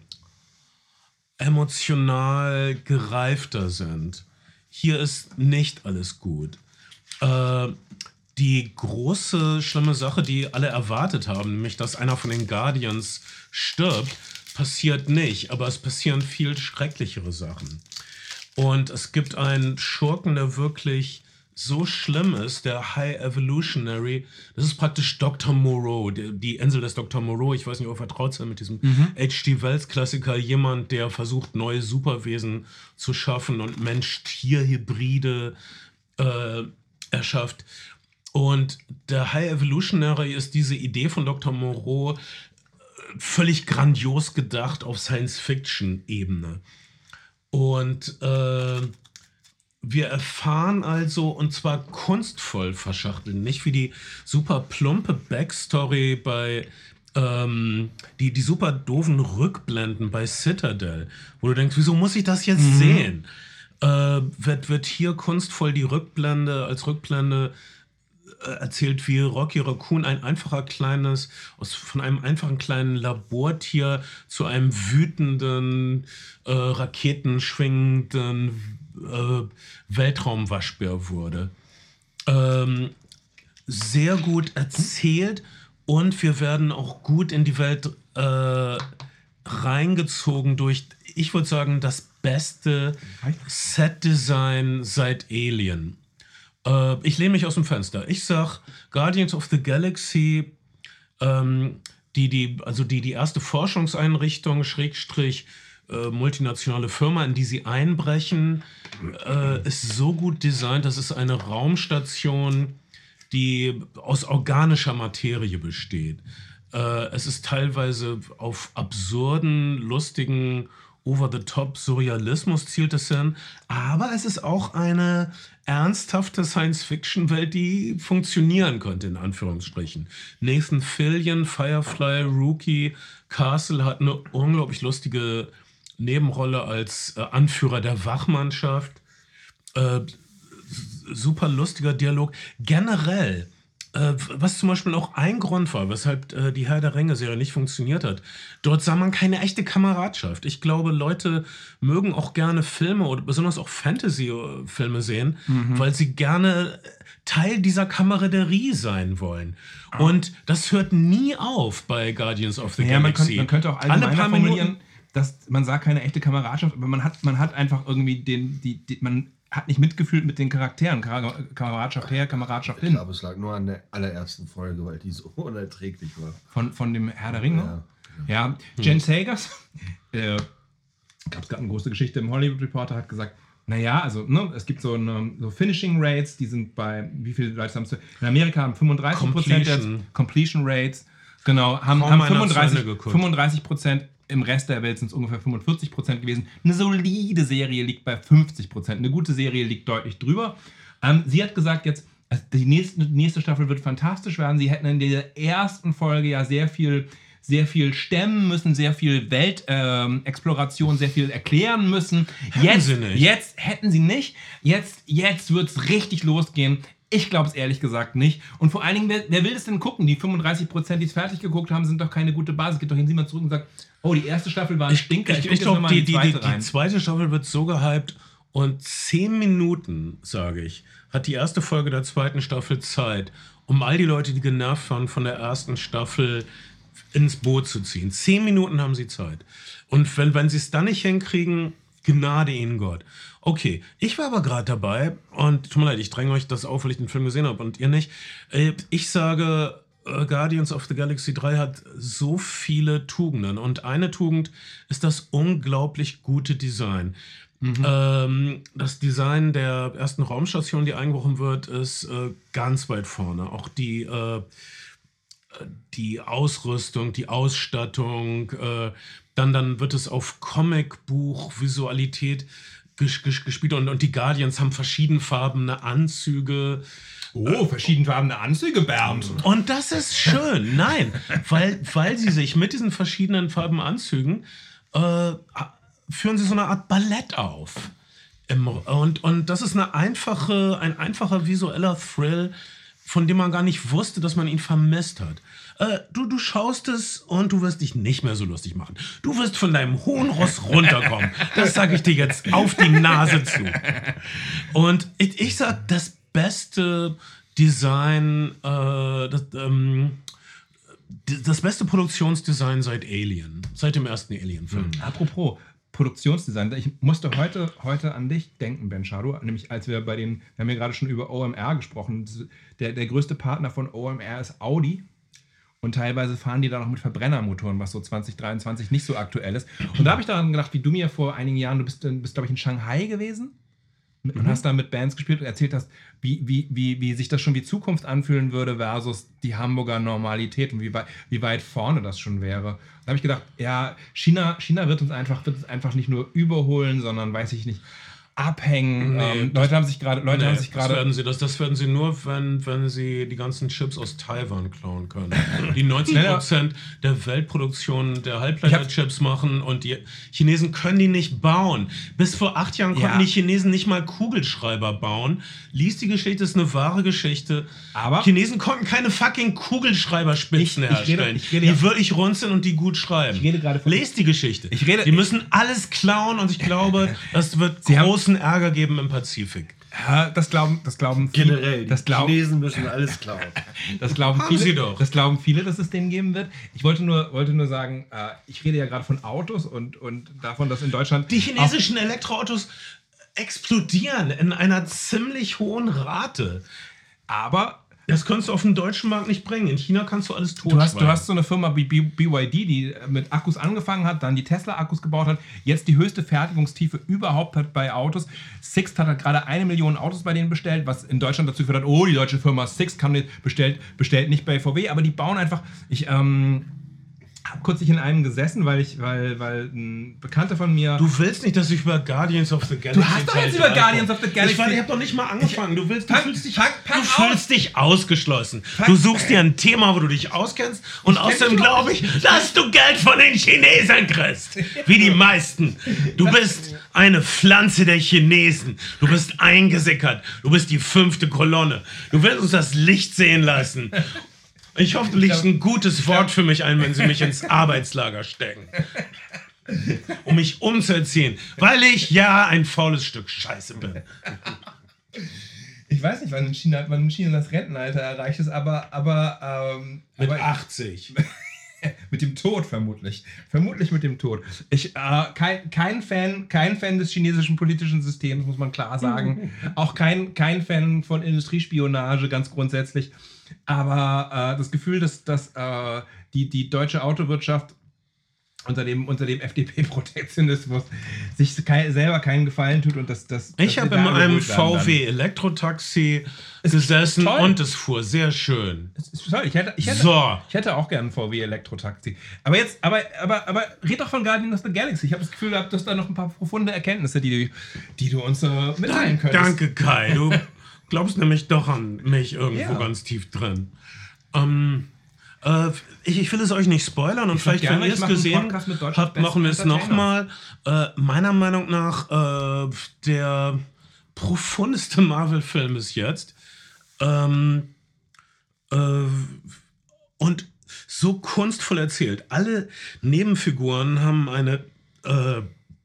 emotional gereifter sind. Hier ist nicht alles gut. Äh, die große, schlimme Sache, die alle erwartet haben, nämlich, dass einer von den Guardians stirbt, passiert nicht, aber es passieren viel schrecklichere Sachen. Und es gibt einen Schurken, der wirklich so schlimm ist, der High Evolutionary. Das ist praktisch Doktor Moreau, die, die Insel des Doktor Moreau. Ich weiß nicht, ob ihr vertraut seid mit diesem H G Wells Klassiker. Jemand, der versucht, neue Superwesen zu schaffen und Mensch-Tier-Hybride äh, erschafft. Und der High Evolutionary ist diese Idee von Doktor Moreau völlig grandios gedacht auf Science-Fiction-Ebene. Und äh, wir erfahren also, und zwar kunstvoll verschachtelt, nicht wie die super plumpe Backstory bei ähm, die, die super doofen Rückblenden bei Citadel, wo du denkst, wieso muss ich das jetzt mhm. sehen? Äh, wird, wird hier kunstvoll die Rückblende als Rückblende erzählt, wie Rocky Raccoon ein einfacher kleines, aus, von einem einfachen kleinen Labortier zu einem wütenden, äh, raketenschwingenden äh, Weltraumwaschbär wurde. Ähm, sehr gut erzählt und wir werden auch gut in die Welt äh, reingezogen durch, ich würde sagen, das beste Set-Design seit Alien. Ich lehne mich aus dem Fenster. Ich sag, Guardians of the Galaxy, ähm, die, die, also die, die erste Forschungseinrichtung, Schrägstrich, äh, multinationale Firma, in die sie einbrechen, äh, ist so gut designt. Das ist eine Raumstation, die aus organischer Materie besteht. Äh, es ist teilweise auf absurden, lustigen, over-the-top-Surrealismus zielt es hin, aber es ist auch eine ernsthafte Science-Fiction-Welt, die funktionieren könnte, in Anführungsstrichen. Nathan Fillion, Firefly, Rookie, Castle hat eine unglaublich lustige Nebenrolle als äh, Anführer der Wachmannschaft. Äh, super lustiger Dialog. Generell, äh, was zum Beispiel auch ein Grund war, weshalb äh, die Herr der Ringe-Serie nicht funktioniert hat. Dort sah man keine echte Kameradschaft. Ich glaube, Leute mögen auch gerne Filme oder besonders auch Fantasy-Filme sehen, mhm. weil sie gerne Teil dieser Kameraderie sein wollen. Oh. Und das hört nie auf bei Guardians of the ja, Galaxy. Man, könnt, man könnte auch allgemeiner formulieren, dass man sah keine echte Kameradschaft, aber man hat, man hat einfach irgendwie den, die, die, man hat nicht mitgefühlt mit den Charakteren. Kar- Kameradschaft her, Kameradschaft hin. Ich glaube, es lag nur an der allerersten Folge, weil die so unerträglich war. Von, von dem Herr der Ringe? Ja. Ja, ja. Jen Sagers, äh, gab es gerade eine große Geschichte im Hollywood Reporter, hat gesagt, naja, also ne, es gibt so, eine, so Finishing Rates, die sind bei, wie viele Leute haben es? In Amerika haben fünfunddreißig Prozent der Completion Rates, genau, haben, haben fünfunddreißig Prozent, im Rest der Welt sind es ungefähr fünfundvierzig Prozent gewesen. Eine solide Serie liegt bei fünfzig Prozent, eine gute Serie liegt deutlich drüber. Ähm, sie hat gesagt jetzt, die nächste, nächste Staffel wird fantastisch werden. Sie hätten in der ersten Folge ja sehr viel sehr viel stemmen müssen, sehr viel Weltexploration, ähm, sehr viel erklären müssen. Hätten jetzt, sie nicht. Jetzt hätten sie nicht. Jetzt, jetzt wird es richtig losgehen. Ich glaube es ehrlich gesagt nicht. Und vor allen Dingen, wer, wer will es denn gucken? Die fünfunddreißig Prozent, die es fertig geguckt haben, sind doch keine gute Basis. Geht doch hin, sie mal zurück und sagt, oh, die erste Staffel war ein Stinker. Ich, ich, ich glaube, die, die, die, die zweite Staffel wird so gehypt und zehn Minuten, sage ich, hat die erste Folge der zweiten Staffel Zeit, um all die Leute, die genervt waren von der ersten Staffel, ins Boot zu ziehen. Zehn Minuten haben sie Zeit. Und wenn, wenn sie es dann nicht hinkriegen, Gnade ihnen Gott. Okay, ich war aber gerade dabei und tut mir leid, ich dränge euch das auf, weil ich den Film gesehen habe und ihr nicht. Ich sage, Guardians of the Galaxy drei hat so viele Tugenden und eine Tugend ist das unglaublich gute Design. Mhm. Ähm, das Design der ersten Raumstation, die eingebrochen wird, ist äh, ganz weit vorne. Auch die äh, die Ausrüstung, die Ausstattung, äh, dann, dann wird es auf Comicbuch-Visualität ges- ges- gespielt und, und die Guardians haben verschiedenfarbene Anzüge. Oh, verschiedenfarbene Anzüge, Bernd. Und das ist schön, nein, weil, weil sie sich mit diesen verschiedenen Farben Anzügen äh, führen sie so eine Art Ballett auf. Im, und, und das ist eine einfache, ein einfacher visueller Thrill, von dem man gar nicht wusste, dass man ihn vermisst hat. Äh, du, du schaust es und du wirst dich nicht mehr so lustig machen. Du wirst von deinem hohen Ross runterkommen. Das sage ich dir jetzt auf die Nase zu. Und ich, ich sag, das beste Design, äh, das, ähm, das beste Produktionsdesign seit Alien, seit dem ersten Alien-Film. Mhm. Apropos Produktionsdesign, ich musste heute, heute an dich denken, Ben Schado, nämlich als wir bei den, wir haben ja gerade schon über O M R gesprochen, der, der größte Partner von O M R ist Audi und teilweise fahren die da noch mit Verbrennermotoren, was so zwanzig dreiundzwanzig nicht so aktuell ist. Und da habe ich daran gedacht, wie du mir vor einigen Jahren, du bist, bist glaube ich in Shanghai gewesen und mhm. hast da mit Bands gespielt und erzählt hast, wie, wie, wie, wie sich das schon wie Zukunft anfühlen würde versus die Hamburger Normalität und wie weit, wie weit vorne das schon wäre. Da habe ich gedacht, ja, China, China wird uns einfach, wird uns einfach nicht nur überholen, sondern, weiß ich nicht, abhängen. Nee, ähm, Leute haben sich gerade, Leute nee, haben sich gerade. Das werden sie, das, das werden sie nur, wenn, wenn sie die ganzen Chips aus Taiwan klauen können. Die neunzig Prozent der Weltproduktion der Halbleiterchips machen und die Chinesen können die nicht bauen. Bis vor acht Jahren konnten ja. die Chinesen nicht mal Kugelschreiber bauen. Lies die Geschichte, ist eine wahre Geschichte. Aber Chinesen konnten keine fucking Kugelschreiberspitzen ich, ich herstellen, rede, ich rede, die ja. wirklich rund sind und die gut schreiben. Ich rede gerade von Lest die Geschichte. Ich rede, die müssen alles klauen und ich glaube, das wird Sie großen Ärger geben im Pazifik. Ja, das glauben, das glauben viele. Generell, das die glauben, Chinesen müssen alles klauen. Das glauben Haben viele. Sie doch. Das glauben viele, dass es denen geben wird. Ich wollte nur, wollte nur sagen, äh, ich rede ja gerade von Autos und, und davon, dass in Deutschland die chinesischen Elektroautos explodieren in einer ziemlich hohen Rate. Aber das kannst du auf dem deutschen Markt nicht bringen. In China kannst du alles totschweigen. Du hast, du hast so eine Firma wie B Y D, die mit Akkus angefangen hat, dann die Tesla-Akkus gebaut hat, jetzt die höchste Fertigungstiefe überhaupt hat bei Autos. Sixt hat gerade eine Million Autos bei denen bestellt, was in Deutschland dazu geführt hat, oh, die deutsche Firma Sixt kann nicht, bestellt, bestellt nicht bei V W, aber die bauen einfach, ich, ähm, habe kurz nicht in einem gesessen, weil ich, weil, weil ein Bekannter von mir. Du willst nicht, dass ich über Guardians of the Galaxy. Du hast doch jetzt über Guardians of the Galaxy. Ich, war, ich habe doch nicht mal angefangen. Du willst, du pack, fühlst dich, pack, pack du fühlst dich ausgeschlossen. Pack. Du suchst dir ein Thema, wo du dich auskennst, und außerdem glaube ich, dass du Geld von den Chinesen kriegst, wie die meisten. Du bist eine Pflanze der Chinesen. Du bist eingesickert. Du bist die fünfte Kolonne. Du willst uns das Licht sehen lassen. Ich hoffe, du legst ein gutes Wort für mich ein, wenn sie mich ins Arbeitslager stecken. Um mich umzuerziehen, weil ich ja ein faules Stück Scheiße bin. Ich weiß nicht, wann in China, wann in China das Rentenalter erreicht ist, aber... aber, ähm, Mit aber achtzig. Mit dem Tod vermutlich. Vermutlich mit dem Tod. Ich, äh, kein, kein, Fan, kein Fan des chinesischen politischen Systems, muss man klar sagen. Auch kein, kein Fan von Industriespionage, ganz grundsätzlich. Aber äh, das Gefühl, dass, dass äh, die, die deutsche Autowirtschaft unter dem, unter dem F D P-Protektionismus sich kein, selber keinen Gefallen tut und das, das Ich habe in einem V W Elektrotaxi gesessen und es fuhr sehr schön. Es ist toll. Ich hätte, ich hätte, so. ich hätte auch gerne ein V W Elektrotaxi. Aber jetzt, aber, aber, aber red doch von Guardians of the Galaxy. Ich habe das Gefühl gehabt, dass da noch ein paar profunde Erkenntnisse, die, die du uns äh, mitteilen könntest. Danke, Kai. Du glaubst nämlich doch an mich irgendwo ja. ganz tief drin. Ähm, äh, ich, ich will es euch nicht spoilern und ich vielleicht, gerne, wenn ihr es gesehen habt, machen wir es nochmal. Äh, meiner Meinung nach äh, der profundeste Marvel-Film bis jetzt. Ähm, äh, und so kunstvoll erzählt. Alle Nebenfiguren haben eine äh,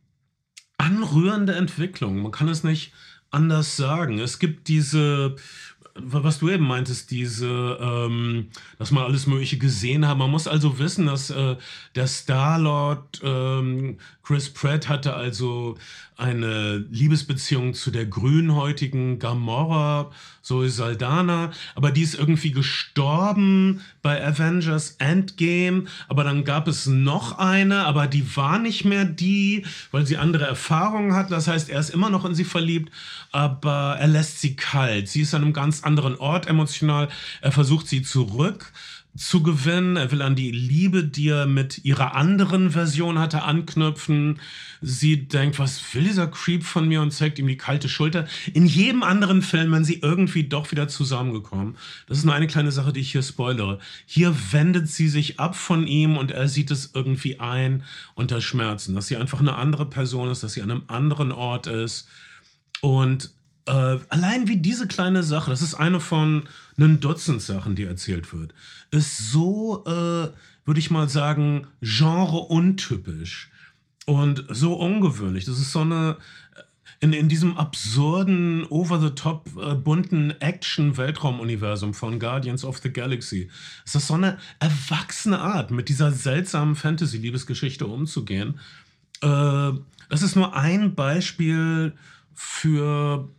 anrührende Entwicklung. Man kann es nicht anders sagen. Es gibt diese, was du eben meintest, diese, ähm, dass man alles Mögliche gesehen hat. Man muss also wissen, dass äh, der Star-Lord ähm, Chris Pratt hatte also eine Liebesbeziehung zu der grünhäutigen Gamora, Zoe Saldana, aber die ist irgendwie gestorben bei Avengers Endgame, aber dann gab es noch eine, aber die war nicht mehr die, weil sie andere Erfahrungen hat, das heißt, er ist immer noch in sie verliebt, aber er lässt sie kalt. Sie ist an einem ganz anderen Ort emotional, er versucht sie zurück zu gewinnen. Er will an die Liebe, die er mit ihrer anderen Version hatte, anknüpfen. Sie denkt, was will dieser Creep von mir und zeigt ihm die kalte Schulter. In jedem anderen Film, wenn sie irgendwie doch wieder zusammengekommen. Das ist nur eine kleine Sache, die ich hier spoilere. Hier wendet sie sich ab von ihm und er sieht es irgendwie ein unter Schmerzen, dass sie einfach eine andere Person ist, dass sie an einem anderen Ort ist. Und äh, allein wie diese kleine Sache, das ist eine von einem Dutzend Sachen, die erzählt wird, ist so, äh, würde ich mal sagen, genre-untypisch und so ungewöhnlich. Das ist so eine, in, in diesem absurden, over-the-top, äh, bunten Action-Weltraum-Universum von Guardians of the Galaxy, ist das so eine erwachsene Art, mit dieser seltsamen Fantasy-Liebesgeschichte umzugehen. Äh, das ist nur ein Beispiel für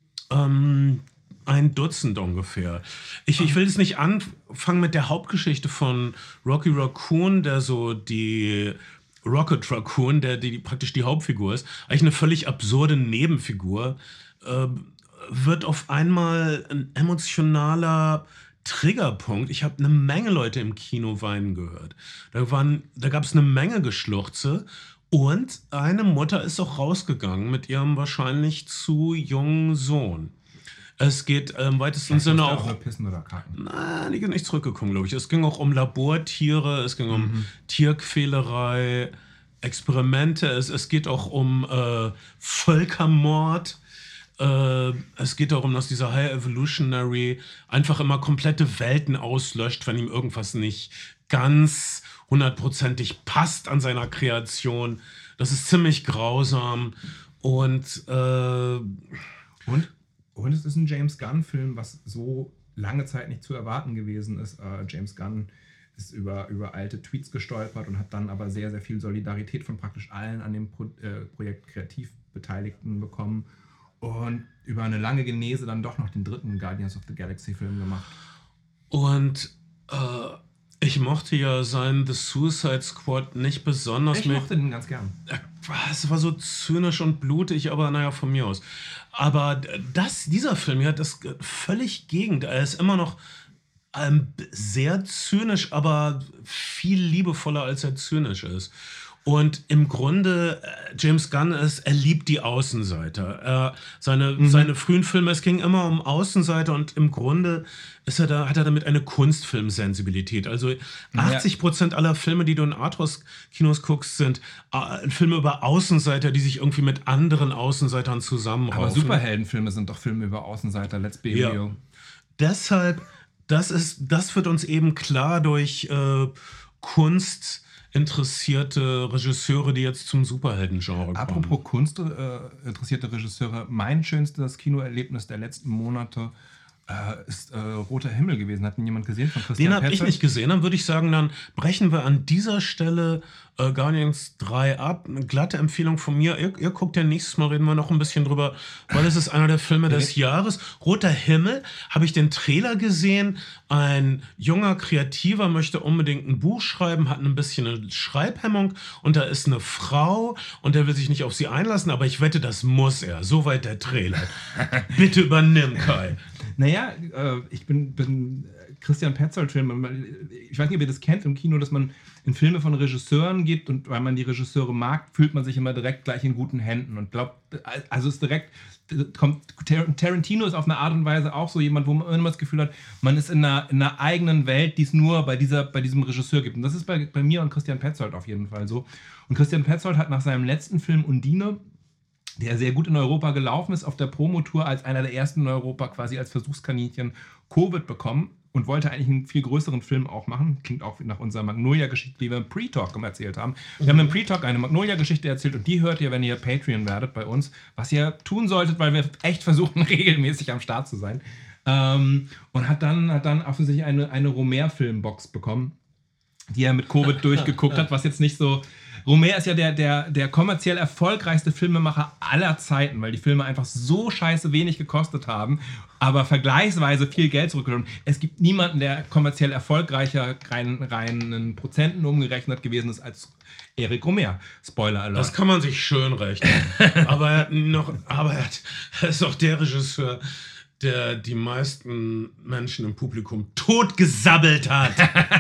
ähm, ein Dutzend ungefähr. Ich, ich will jetzt nicht anfangen mit der Hauptgeschichte von Rocky Raccoon, der so die Rocket Raccoon, der die, praktisch die Hauptfigur ist. Eigentlich eine völlig absurde Nebenfigur. Äh, wird auf einmal ein emotionaler Triggerpunkt. Ich habe eine Menge Leute im Kino weinen gehört. Da, waren, da gab es eine Menge Geschluchze. Und eine Mutter ist auch rausgegangen mit ihrem wahrscheinlich zu jungen Sohn. Es geht äh, im weitesten Vielleicht Sinne auch... Pissen oder Kacken. Nein, die sind nicht zurückgekommen, glaube ich. Es ging auch um Labortiere, es ging um mhm. Tierquälerei, Experimente. Es, es geht auch um äh, Völkermord. Äh, es geht darum, dass dieser High Evolutionary einfach immer komplette Welten auslöscht, wenn ihm irgendwas nicht ganz hundertprozentig passt an seiner Kreation. Das ist ziemlich grausam. Und, äh, und? Und es ist ein James Gunn-Film, was so lange Zeit nicht zu erwarten gewesen ist. Äh, James Gunn ist über, über alte Tweets gestolpert und hat dann aber sehr, sehr viel Solidarität von praktisch allen an dem Pro, äh, Projekt Kreativbeteiligten bekommen und über eine lange Genese dann doch noch den dritten Guardians of the Galaxy-Film gemacht. Und äh, ich mochte ja seinen The Suicide Squad nicht besonders. Ich mochte den ganz gern. Es war so zynisch und blutig, aber naja, von mir aus. Aber das, dieser Film hier hat das völlig Gegenteil. Er ist immer noch ähm, sehr zynisch, aber viel liebevoller, als er zynisch ist. Und im Grunde, James Gunn ist, er liebt die Außenseiter. Er, seine, mhm. seine frühen Filme, es ging immer um Außenseiter und im Grunde ist er da, hat er damit eine Kunstfilmsensibilität. Also achtzig Prozent aller Filme, die du in Arthouse-Kinos guckst, sind äh, Filme über Außenseiter, die sich irgendwie mit anderen Außenseitern zusammenraufen. Aber Superheldenfilme sind doch Filme über Außenseiter, let's be real. Ja. Deshalb, das, ist, das wird uns eben klar durch äh, Kunst interessierte Regisseure, die jetzt zum Superhelden-Genre kommen. Apropos Kunst äh, interessierte Regisseure, mein schönstes Kinoerlebnis der letzten Monate äh, ist äh, Roter Himmel gewesen. Hat ihn jemand gesehen von Christian Den habe ich Petzold? nicht gesehen. Dann würde ich sagen, dann brechen wir an dieser Stelle äh, Guardians drei ab. Eine glatte Empfehlung von mir. Ihr, ihr guckt ja nächstes Mal, reden wir noch ein bisschen drüber, weil es ist einer der Filme des Jahres. Roter Himmel, habe ich den Trailer gesehen. Ein junger Kreativer möchte unbedingt ein Buch schreiben, hat ein bisschen eine Schreibhemmung und da ist eine Frau und der will sich nicht auf sie einlassen, aber ich wette, das muss er. Soweit der Trailer. Bitte übernimm, Kai. Naja, äh, ich bin, bin Christian Petzold-Film. Ich weiß nicht, ob ihr das kennt im Kino, dass man in Filme von Regisseuren geht und weil man die Regisseure mag, fühlt man sich immer direkt gleich in guten Händen und glaubt, also ist direkt, kommt, Tarantino ist auf eine Art und Weise auch so jemand, wo man immer das Gefühl hat, man ist in einer, in einer eigenen Welt, die es nur bei, dieser, bei diesem Regisseur gibt. Und das ist bei, bei mir und Christian Petzold auf jeden Fall so. Und Christian Petzold hat nach seinem letzten Film Undine, der sehr gut in Europa gelaufen ist, auf der Promotour als einer der ersten in Europa quasi als Versuchskaninchen Covid bekommen und wollte eigentlich einen viel größeren Film auch machen. Klingt auch nach unserer Magnolia-Geschichte, die wir im Pre-Talk erzählt haben. Wir haben im Pre-Talk eine Magnolia-Geschichte erzählt und die hört ihr, wenn ihr Patreon werdet bei uns, was ihr tun solltet, weil wir echt versuchen, regelmäßig am Start zu sein. Ähm, und hat dann, hat dann offensichtlich eine, eine Romer-Filmbox bekommen, die er mit Covid durchgeguckt hat, was jetzt nicht so... Romer ist ja der, der, der kommerziell erfolgreichste Filmemacher aller Zeiten, weil die Filme einfach so scheiße wenig gekostet haben, aber vergleichsweise viel Geld zurückgeholt. Es gibt niemanden, der kommerziell erfolgreicher rein, rein in Prozenten umgerechnet gewesen ist als Eric Romer. Spoiler alert. Das kann man sich schön rechnen. aber er hat noch, aber er, hat, er ist auch der Regisseur, der die meisten Menschen im Publikum totgesabbelt hat.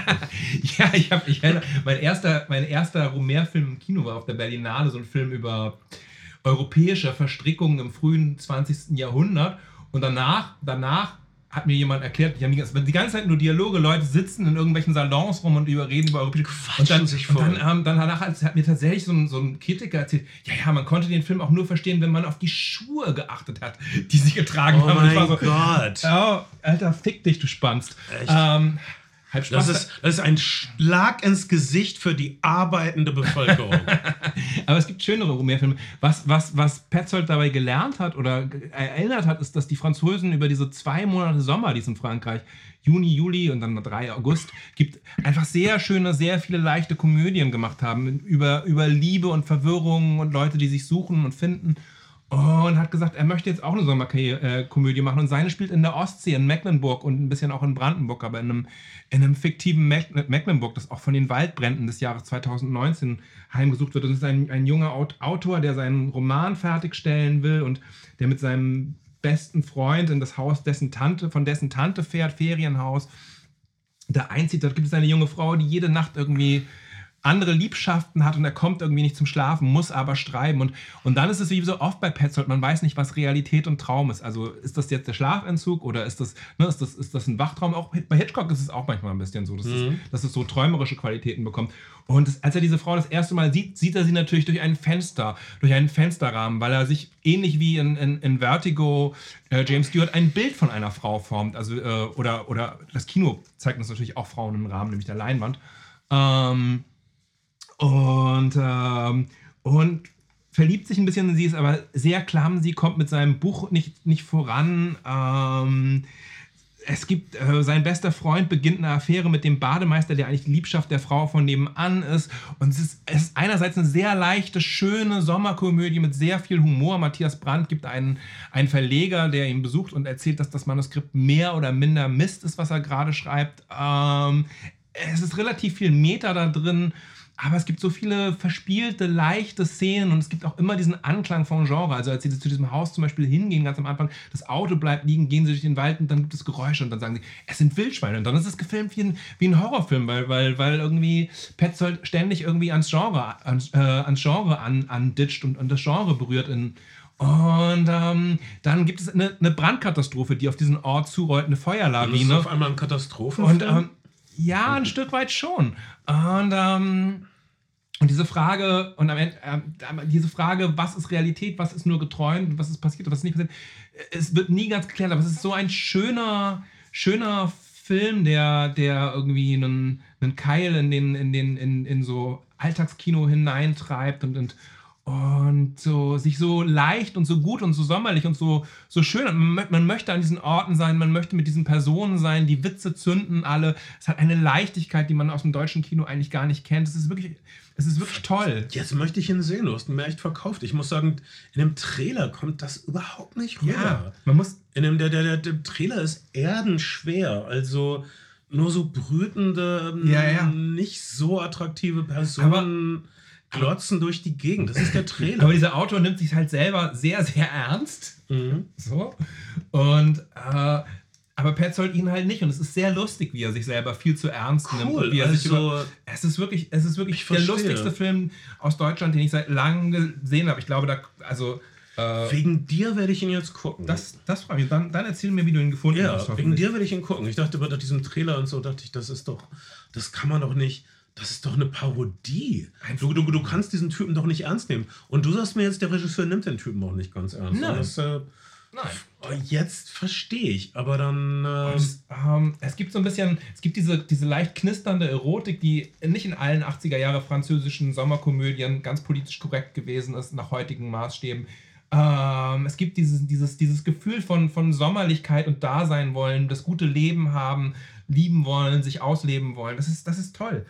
ja, ich habe, ich erinnere, mein erster, mein erster Romer-Film im Kino war auf der Berlinale, so ein Film über europäische Verstrickungen im frühen zwanzigsten Jahrhundert. Und danach, danach hat mir jemand erklärt, die haben die, die ganze Zeit nur Dialoge, Leute sitzen in irgendwelchen Salons rum und überreden über europäische... Quatschen und dann, sich voll. Und dann, ähm, dann danach hat, hat mir tatsächlich so ein, so ein Kritiker erzählt, ja, ja, man konnte den Film auch nur verstehen, wenn man auf die Schuhe geachtet hat, die sie getragen oh haben. Oh mein so, Gott. Oh, Alter, fick dich, du spannst. Echt? Ähm, halb Spaß. Das ist, das ist ein Schlag ins Gesicht für die arbeitende Bevölkerung. Aber es gibt schönere Romer-Filme. Was, was, was Petzold dabei gelernt hat oder erinnert hat, ist, dass die Franzosen über diese zwei Monate Sommer, die es in Frankreich, Juni, Juli und dann drei August gibt, einfach sehr schöne, sehr viele leichte Komödien gemacht haben über, über Liebe und Verwirrung und Leute, die sich suchen und finden. Und hat gesagt, er möchte jetzt auch eine Sommerkomödie machen. Und seine spielt in der Ostsee, in Mecklenburg und ein bisschen auch in Brandenburg, aber in einem, in einem fiktiven Mecklenburg, das auch von den Waldbränden des Jahres zweitausendneunzehn heimgesucht wird. Und es ist ein, ein junger Autor, der seinen Roman fertigstellen will und der mit seinem besten Freund in das Haus dessen Tante, von dessen Tante fährt, Ferienhaus, da einzieht. Dort gibt es eine junge Frau, die jede Nacht irgendwie andere Liebschaften hat und er kommt irgendwie nicht zum Schlafen, muss aber schreiben. Und, und dann ist es wie so oft bei Petzold, man weiß nicht, was Realität und Traum ist. Also ist das jetzt der Schlafentzug oder ist das, ne, ist das, ist das ein Wachtraum? Auch bei Hitchcock ist es auch manchmal ein bisschen so, dass, mhm. es, dass es so träumerische Qualitäten bekommt. Und das, als er diese Frau das erste Mal sieht, sieht er sie natürlich durch ein Fenster, durch einen Fensterrahmen, weil er sich ähnlich wie in, in, in Vertigo äh, James Stewart ein Bild von einer Frau formt. Also, äh, oder, oder das Kino zeigt uns natürlich auch Frauen im Rahmen, nämlich der Leinwand. Ähm, Und, ähm, und verliebt sich ein bisschen in sie, ist aber sehr klamm. Sie kommt mit seinem Buch nicht, nicht voran. Ähm, es gibt, äh, sein bester Freund beginnt eine Affäre mit dem Bademeister, der eigentlich die Liebschaft der Frau von nebenan ist. Und es ist, es ist einerseits eine sehr leichte, schöne Sommerkomödie mit sehr viel Humor. Matthias Brandt gibt einen, einen Verleger, der ihn besucht und erzählt, dass das Manuskript mehr oder minder Mist ist, was er gerade schreibt. Ähm, es ist relativ viel Meta da drin. Aber es gibt so viele verspielte, leichte Szenen und es gibt auch immer diesen Anklang vom Genre. Also als sie zu diesem Haus zum Beispiel hingehen, ganz am Anfang, das Auto bleibt liegen, gehen sie durch den Wald und dann gibt es Geräusche und dann sagen sie, es sind Wildschweine. Und dann ist es gefilmt wie ein, wie ein Horrorfilm, weil, weil, weil irgendwie Petzold ständig irgendwie ans Genre, ans, äh, ans Genre an, anditscht und, und das Genre berührt in... Und ähm, dann gibt es eine, eine Brandkatastrophe, die auf diesen Ort zurollt, eine Feuerlawine. Das ist auf einmal ein Katastrophenfilm? Und ähm, ja, ein Stück weit schon. Und, ähm, und diese Frage, und am Ende, äh, diese Frage, was ist Realität, was ist nur geträumt, was ist passiert, was ist nicht passiert, es wird nie ganz geklärt, aber es ist so ein schöner, schöner Film, der, der irgendwie einen, einen Keil in, den, in, den, in, in so Alltagskino hineintreibt und, und und so sich so leicht und so gut und so sommerlich und so, so schön. Und man, man möchte an diesen Orten sein, man möchte mit diesen Personen sein, die Witze zünden alle. Es hat eine Leichtigkeit, die man aus dem deutschen Kino eigentlich gar nicht kennt. Es ist wirklich, es ist wirklich toll. Jetzt möchte ich ihn sehen, du hast ihn mir echt verkauft. Ich muss sagen, in dem Trailer kommt das überhaupt nicht rüber. Ja, man muss... In dem, der, der, der, der Trailer ist erdenschwer, also nur so brütende, Ja, ja. nicht so attraktive Personen glotzen durch die Gegend. Das ist der Trailer. Aber dieser Autor nimmt sich halt selber sehr, sehr ernst. Mhm. So. Und, äh, aber Petzold ihn halt nicht. Und es ist sehr lustig, wie er sich selber viel zu ernst Cool, nimmt. Und wie er sich also- über, es ist wirklich, es ist wirklich Ich der verstehe. lustigste Film aus Deutschland, den ich seit langem gesehen habe. Ich glaube, da, also, äh, Wegen dir werde ich ihn jetzt gucken. das, das freut mich. Dann, dann erzähl mir, wie du ihn gefunden ja, hast. wegen hoffentlich. dir werde ich ihn gucken. Ich dachte bei diesem Trailer und so, dachte ich, das ist doch, das kann man doch nicht, das ist doch eine Parodie. Du, du, du kannst diesen Typen doch nicht ernst nehmen. Und du sagst mir jetzt, der Regisseur nimmt den Typen auch nicht ganz ernst. Nein. Und das, äh, Nein. jetzt verstehe ich, aber dann... Äh, Und, ähm, es gibt so ein bisschen, es gibt diese, diese leicht knisternde Erotik, die nicht in allen achtziger Jahre französischen Sommerkomödien ganz politisch korrekt gewesen ist, nach heutigen Maßstäben. Ähm, es gibt dieses, dieses, dieses Gefühl von, von Sommerlichkeit und Dasein wollen, das gute Leben haben, lieben wollen, sich ausleben wollen. Das ist, das ist toll.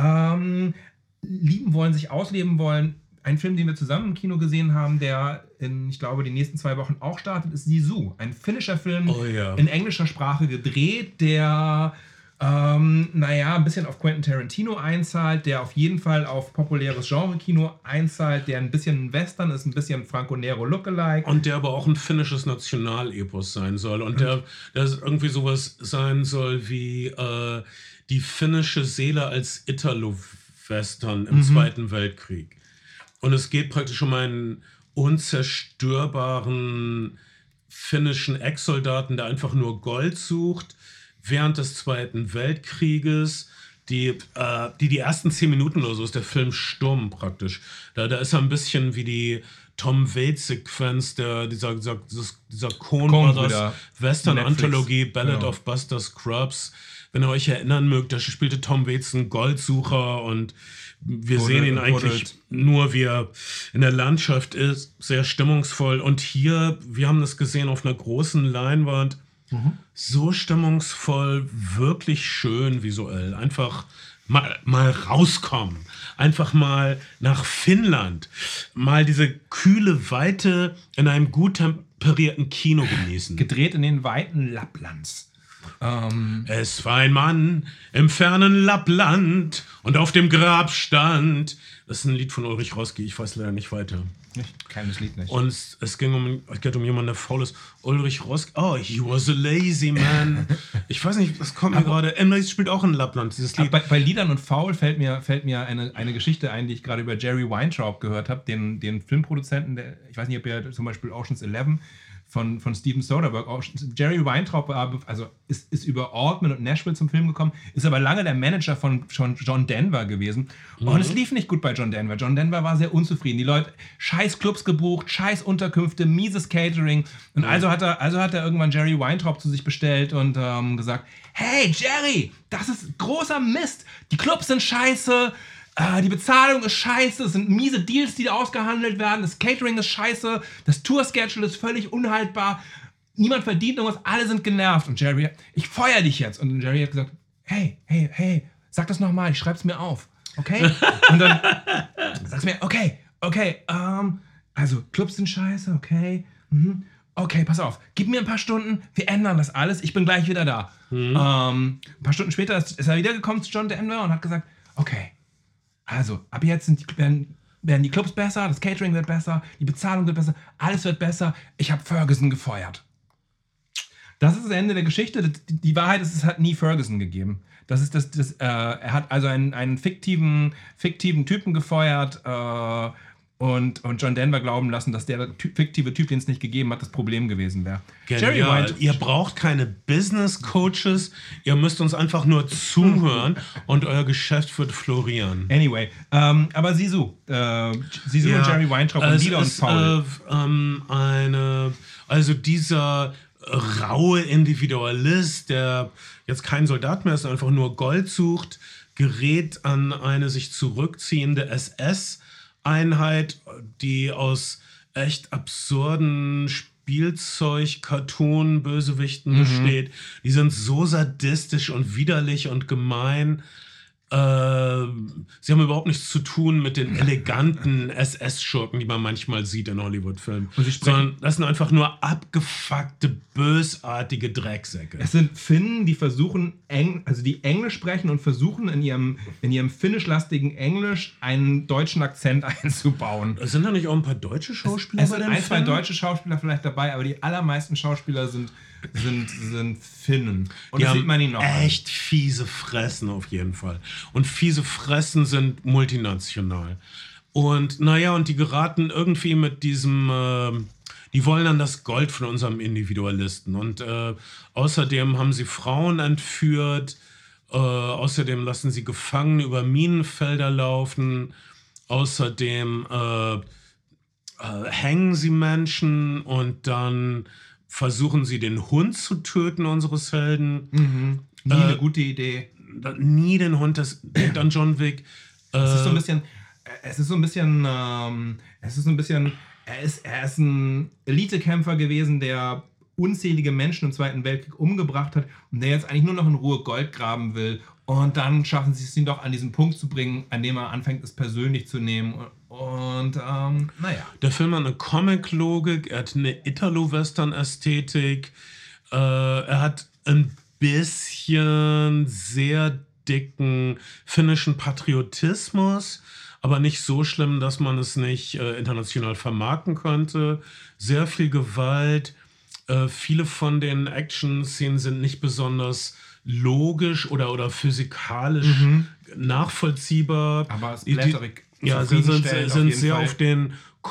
Ähm, lieben wollen, sich ausleben wollen. Ein Film, den wir zusammen im Kino gesehen haben, der in, ich glaube, den nächsten zwei Wochen auch startet, ist Sisu. Ein finnischer Film, Oh ja. in englischer Sprache gedreht, der, ähm, naja, ein bisschen auf Quentin Tarantino einzahlt, der auf jeden Fall auf populäres Genre-Kino einzahlt, der ein bisschen ein Western ist, ein bisschen Franco Nero Lookalike. Und der aber auch ein finnisches Nationalepos sein soll. Und der, der irgendwie sowas sein soll wie äh, die finnische Seele als Italo-Western im Zweiten Weltkrieg. Und es geht praktisch um einen unzerstörbaren finnischen Ex-Soldaten, der einfach nur Gold sucht während des Zweiten Weltkrieges. Die, äh, die, die ersten zehn Minuten oder so ist der Film stumm praktisch. Da, da ist er ein bisschen wie die Tom Waits-Sequenz der, dieser, dieser, dieser Coen Brothers Coen-Brüder. Western-Anthologie Ballad Genau. of Buster Scruggs. Wenn ihr euch erinnern mögt, da spielte Tom Waits einen Goldsucher und wir Wurde- sehen ihn wurde- eigentlich nur, wie er in der Landschaft ist, sehr stimmungsvoll. Und hier, wir haben das gesehen auf einer großen Leinwand, so stimmungsvoll, wirklich schön visuell. Einfach mal, mal rauskommen. Einfach mal nach Finnland. Mal diese kühle Weite in einem gut temperierten Kino genießen. Gedreht in den Weiten Lapplands. Ähm, Es war ein Mann im fernen Lappland und auf dem Grab stand. Das ist ein Lied von Ulrich Roski, ich weiß leider nicht weiter. ich kenne das Lied nicht. Und es, es ging um, es geht um jemanden, der faul ist. Ulrich Roski, oh, he was a lazy man. Ich weiß nicht, das kommt mir gerade. Emily spielt auch in Lappland, dieses Lied. Bei, bei Liedern und Faul fällt mir, fällt mir eine, eine Geschichte ein, die ich gerade über Jerry Weintraub gehört habe, den, den Filmproduzenten, der, ich weiß nicht, ob ihr zum Beispiel Ocean's Eleven von, von Steven Soderbergh, Ocean's, Jerry Weintraub war, also ist, ist über Altman und Nashville zum Film gekommen, ist aber lange der Manager von, von John Denver gewesen. Mhm. Und es lief nicht gut bei John Denver. John Denver war sehr unzufrieden. Die Leute, scheiß Clubs gebucht, scheiß Unterkünfte, mieses Catering. Und also hat er, also hat er irgendwann Jerry Weintraub zu sich bestellt und ähm, gesagt, hey Jerry, das ist großer Mist. Die Clubs sind scheiße, äh, die Bezahlung ist scheiße, es sind miese Deals, die da ausgehandelt werden, das Catering ist scheiße, das Tour-Schedule ist völlig unhaltbar, niemand verdient irgendwas, alle sind genervt. Und Jerry, ich feuer dich jetzt. Und Jerry hat gesagt, hey, hey, hey, sag das nochmal, ich schreib's mir auf, okay? Und dann sagst du mir, okay, okay, ähm, also Clubs sind scheiße, okay, mhm. Okay, pass auf, gib mir ein paar Stunden, wir ändern das alles, ich bin gleich wieder da. Mhm. Ähm, ein paar Stunden später ist, ist er wiedergekommen zu John Denver und hat gesagt, okay, also ab jetzt sind die, werden, werden die Clubs besser, das Catering wird besser, die Bezahlung wird besser, alles wird besser, ich habe Ferguson gefeuert. Das ist das Ende der Geschichte. Die, die Wahrheit ist, es hat nie Ferguson gegeben. Das ist das, das äh, er hat also einen, einen fiktiven, fiktiven Typen gefeuert äh, und, und John Denver glauben lassen, dass der ty- fiktive Typ, den es nicht gegeben hat, das Problem gewesen wäre. Jerry Genial. meint, Ihr braucht keine Business Coaches, ihr müsst uns einfach nur zuhören und euer Geschäft wird florieren. anyway, ähm, aber Sisu, äh, Sisu und Jerry Weintraub und es Lieder und ist, Paul. Äh, ähm, eine, also dieser raue Individualist, der jetzt kein Soldat mehr ist, einfach nur Gold sucht, gerät an eine sich zurückziehende S S Einheit, die aus echt absurden Spielzeug-Cartoon-Bösewichten Mhm. besteht. Die sind so sadistisch und widerlich und gemein. Äh, sie haben überhaupt nichts zu tun mit den eleganten S S-Schurken, die man manchmal sieht in Hollywood-Filmen. Und sie sprechen- Sondern das sind einfach nur abgefuckte, bösartige Drecksäcke. Es sind Finnen, die versuchen, Eng, also die Englisch sprechen und versuchen in ihrem, in ihrem finnischlastigen Englisch einen deutschen Akzent einzubauen. Sind da nicht auch ein paar deutsche Schauspieler Es bei sind den ein, zwei Filmen? deutsche Schauspieler vielleicht dabei, aber die allermeisten Schauspieler sind, sind, sind Finnen. Und Die das haben sieht man ihnen auch an. echt fiese Fressen auf jeden Fall. Und fiese Fressen sind multinational. Und naja, und die geraten irgendwie mit diesem, äh, die wollen dann das Gold von unserem Individualisten. Und äh, außerdem haben sie Frauen entführt. Äh, außerdem lassen sie Gefangene über Minenfelder laufen. Außerdem äh, äh, hängen sie Menschen und dann versuchen sie den Hund zu töten unseres Helden. Mhm. Nie Äh, eine gute Idee. Da- Nie den Hund, das denkt an John Wick. Äh, Es ist so ein bisschen, es ist so ein bisschen, ähm, es ist so ein bisschen, er ist, er ist ein Elitekämpfer gewesen, der unzählige Menschen im Zweiten Weltkrieg umgebracht hat und der jetzt eigentlich nur noch in Ruhe Gold graben will. Und dann schaffen sie es ihn doch an diesen Punkt zu bringen, an dem er anfängt, es persönlich zu nehmen. Und, ähm, naja. Der Film hat eine Comic-Logik, er hat eine Italo-Western-Ästhetik, äh, er hat ein bisschen sehr dicken finnischen Patriotismus, aber nicht so schlimm, dass man es nicht äh, international vermarkten könnte. Sehr viel Gewalt. Äh, viele von den Action-Szenen sind nicht besonders logisch oder, oder physikalisch nachvollziehbar. Aber Die- die- splatterig. Ja, sind, sind, zufriedenstellend auf sind jeden sehr Fall. auf den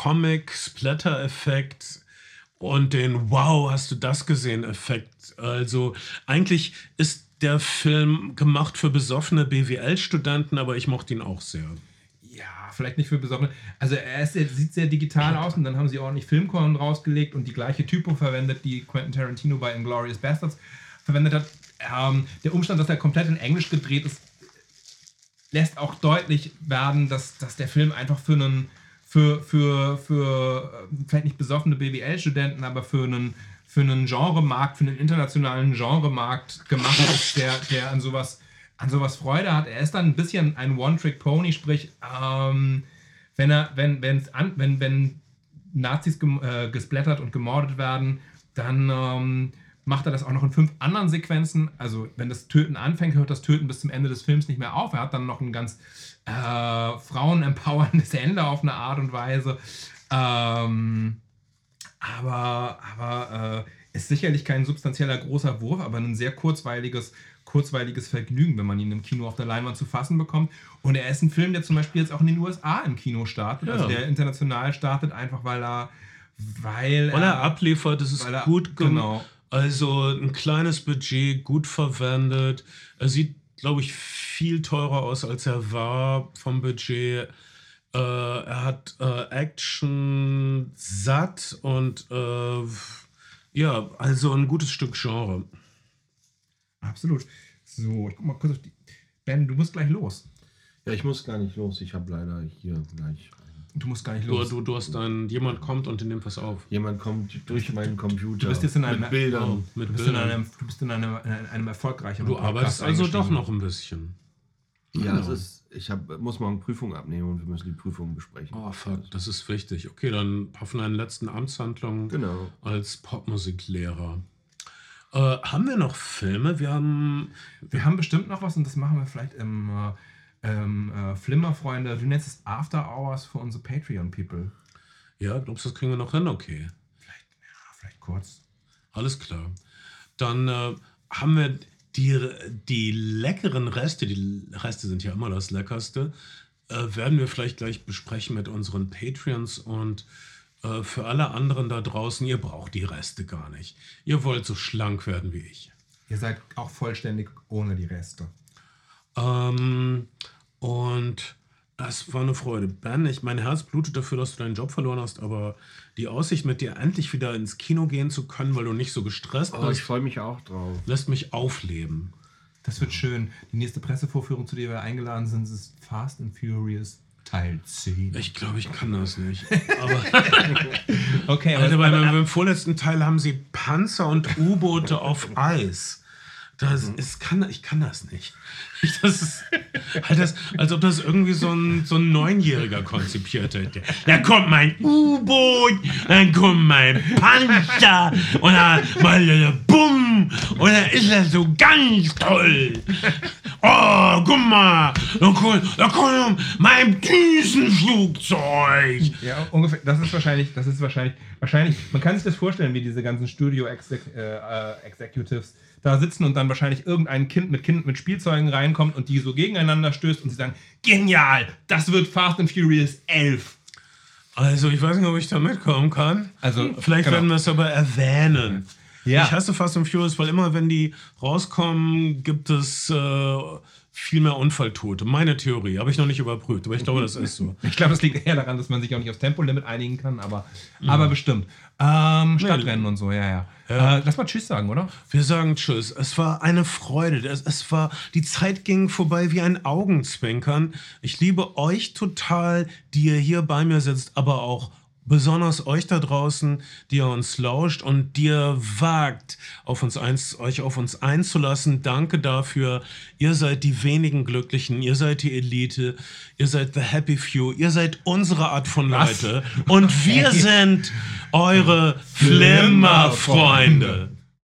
Comic-Splatter-Effekt und den Wow, hast du das gesehen Effekt. Also eigentlich ist der Film gemacht für besoffene B W L-Studenten, aber ich mochte ihn auch sehr. Ja, vielleicht nicht für besoffene. Also er, ist, er sieht sehr digital aus und dann haben sie ordentlich Filmkorn rausgelegt und die gleiche Typo verwendet, die Quentin Tarantino bei Inglourious Basterds verwendet hat. Ähm, der Umstand, dass er komplett in Englisch gedreht ist, lässt auch deutlich werden, dass, dass der Film einfach für einen, für, für, für äh, vielleicht nicht besoffene B W L-Studenten, aber für einen, für einen Genremarkt, für einen internationalen Genremarkt gemacht ist, der, der an sowas, an sowas Freude hat. Er ist dann ein bisschen ein One-Trick-Pony, sprich, ähm, wenn er, wenn, wenn's an, wenn, wenn Nazis gem, äh, gesplattert und gemordet werden, dann ähm, macht er das auch noch in fünf anderen Sequenzen. Also wenn das Töten anfängt, hört das Töten bis zum Ende des Films nicht mehr auf. Er hat dann noch ein ganz äh, frauenempowerndes Ende auf eine Art und Weise. Ähm, aber aber äh, ist sicherlich kein substanzieller großer Wurf, aber ein sehr kurzweiliges, kurzweiliges Vergnügen, wenn man ihn im Kino auf der Leinwand zu fassen bekommt. Und er ist ein Film, der zum Beispiel jetzt auch in den U S A im Kino startet. Ja. Also der international startet, einfach weil er weil, Weil er abliefert, es ist weil er- gut gemacht. genau. Also ein kleines Budget, gut verwendet. Er sieht, glaube ich, viel teurer aus, als er war vom Budget. Äh, er hat äh, Action satt und äh, ja, also ein gutes Stück Genre. Absolut. So, ich guck mal kurz auf die. Ben, du musst gleich los. Ja, ich muss gar nicht los. Ich habe leider hier gleich. Du musst gar nicht Du, los. du, du hast einen, jemand kommt und nimmt was auf. Jemand kommt durch meinen Computer. Du bist jetzt in einem mit Bildern. Oh, mit Du bist in Bildern. einem, du bist in einem, in einem erfolgreichen Du Podcast arbeitest also doch eingestiegen. noch ein bisschen. Ja, Genau. es ist, ich hab, muss morgen Prüfung abnehmen und wir müssen die Prüfung besprechen. Oh fuck, das ist wichtig. Okay, dann auf deinen letzten Amtshandlungen Genau. als Popmusiklehrer. Äh, haben wir noch Filme? Wir haben. Wir haben bestimmt noch was und das machen wir vielleicht im äh, ähm, äh, Flimmer-Freunde. Du nennst es After Hours für unsere Patreon-People. Ja, glaubst du, das kriegen wir noch hin? Okay. Ja, vielleicht kurz. Alles klar. Dann äh, haben wir die, die leckeren Reste, die Reste sind ja immer das Leckerste, äh, werden wir vielleicht gleich besprechen mit unseren Patreons und äh, für alle anderen da draußen, ihr braucht die Reste gar nicht. Ihr wollt so schlank werden wie ich. Ihr seid auch vollständig ohne die Reste. Ähm, und das war eine Freude. Ben, ich, mein Herz blutet dafür, dass du deinen Job verloren hast, aber die Aussicht, mit dir endlich wieder ins Kino gehen zu können, weil du nicht so gestresst Oh, ich bist, freue mich auch drauf. lässt mich aufleben. Das wird schön. Die nächste Pressevorführung, zu der wir eingeladen sind, ist Fast and Furious Teil zehn. Ich glaube, ich kann das nicht. Aber okay, aber, Alter, beim, aber, beim vorletzten Teil haben sie Panzer und U-Boote auf Eis. Das ist, kann, ich kann das nicht. Ich, das ist halt das, als ob das irgendwie so ein, so ein Neunjähriger konzipiert hätte. Da kommt mein U-Boot, dann kommt mein Panzer und dann mal bumm und dann ist das so ganz toll. Oh, guck mal, da kommt, da kommt mein Düsenflugzeug. ja, ungefähr. Das ist wahrscheinlich, das ist wahrscheinlich, wahrscheinlich. Man kann sich das vorstellen, wie diese ganzen Studio-Executives da sitzen und dann wahrscheinlich irgendein Kind mit Kind mit Spielzeugen reinkommt und die so gegeneinander stößt und sie sagen, genial, das wird Fast and Furious elf. Also, ich weiß nicht, ob ich da mitkommen kann. Also, vielleicht genau. werden wir es aber erwähnen. Ja. Ich hasse Fast and Furious, weil immer, wenn die rauskommen, gibt es äh, viel mehr Unfalltote. Meine Theorie, habe ich noch nicht überprüft, aber ich glaube, das ist so. Ich glaube, das liegt eher daran, dass man sich auch nicht aufs Tempolimit einigen kann, aber, mhm. aber bestimmt. Ähm, Stadtrennen und so, ja, ja. ja. Äh, lass mal Tschüss sagen, oder? Wir sagen Tschüss. Es war eine Freude. Es, es war, die Zeit ging vorbei wie ein Augenzwinkern. Ich liebe euch total, die ihr hier bei mir sitzt, aber auch besonders euch da draußen, die ihr uns lauscht und die ihr wagt, auf uns eins, euch auf uns einzulassen. Danke dafür. Ihr seid die wenigen Glücklichen, ihr seid die Elite, ihr seid the happy few, ihr seid unsere Art von Leute. Und wir sind eure Flimmerfreunde.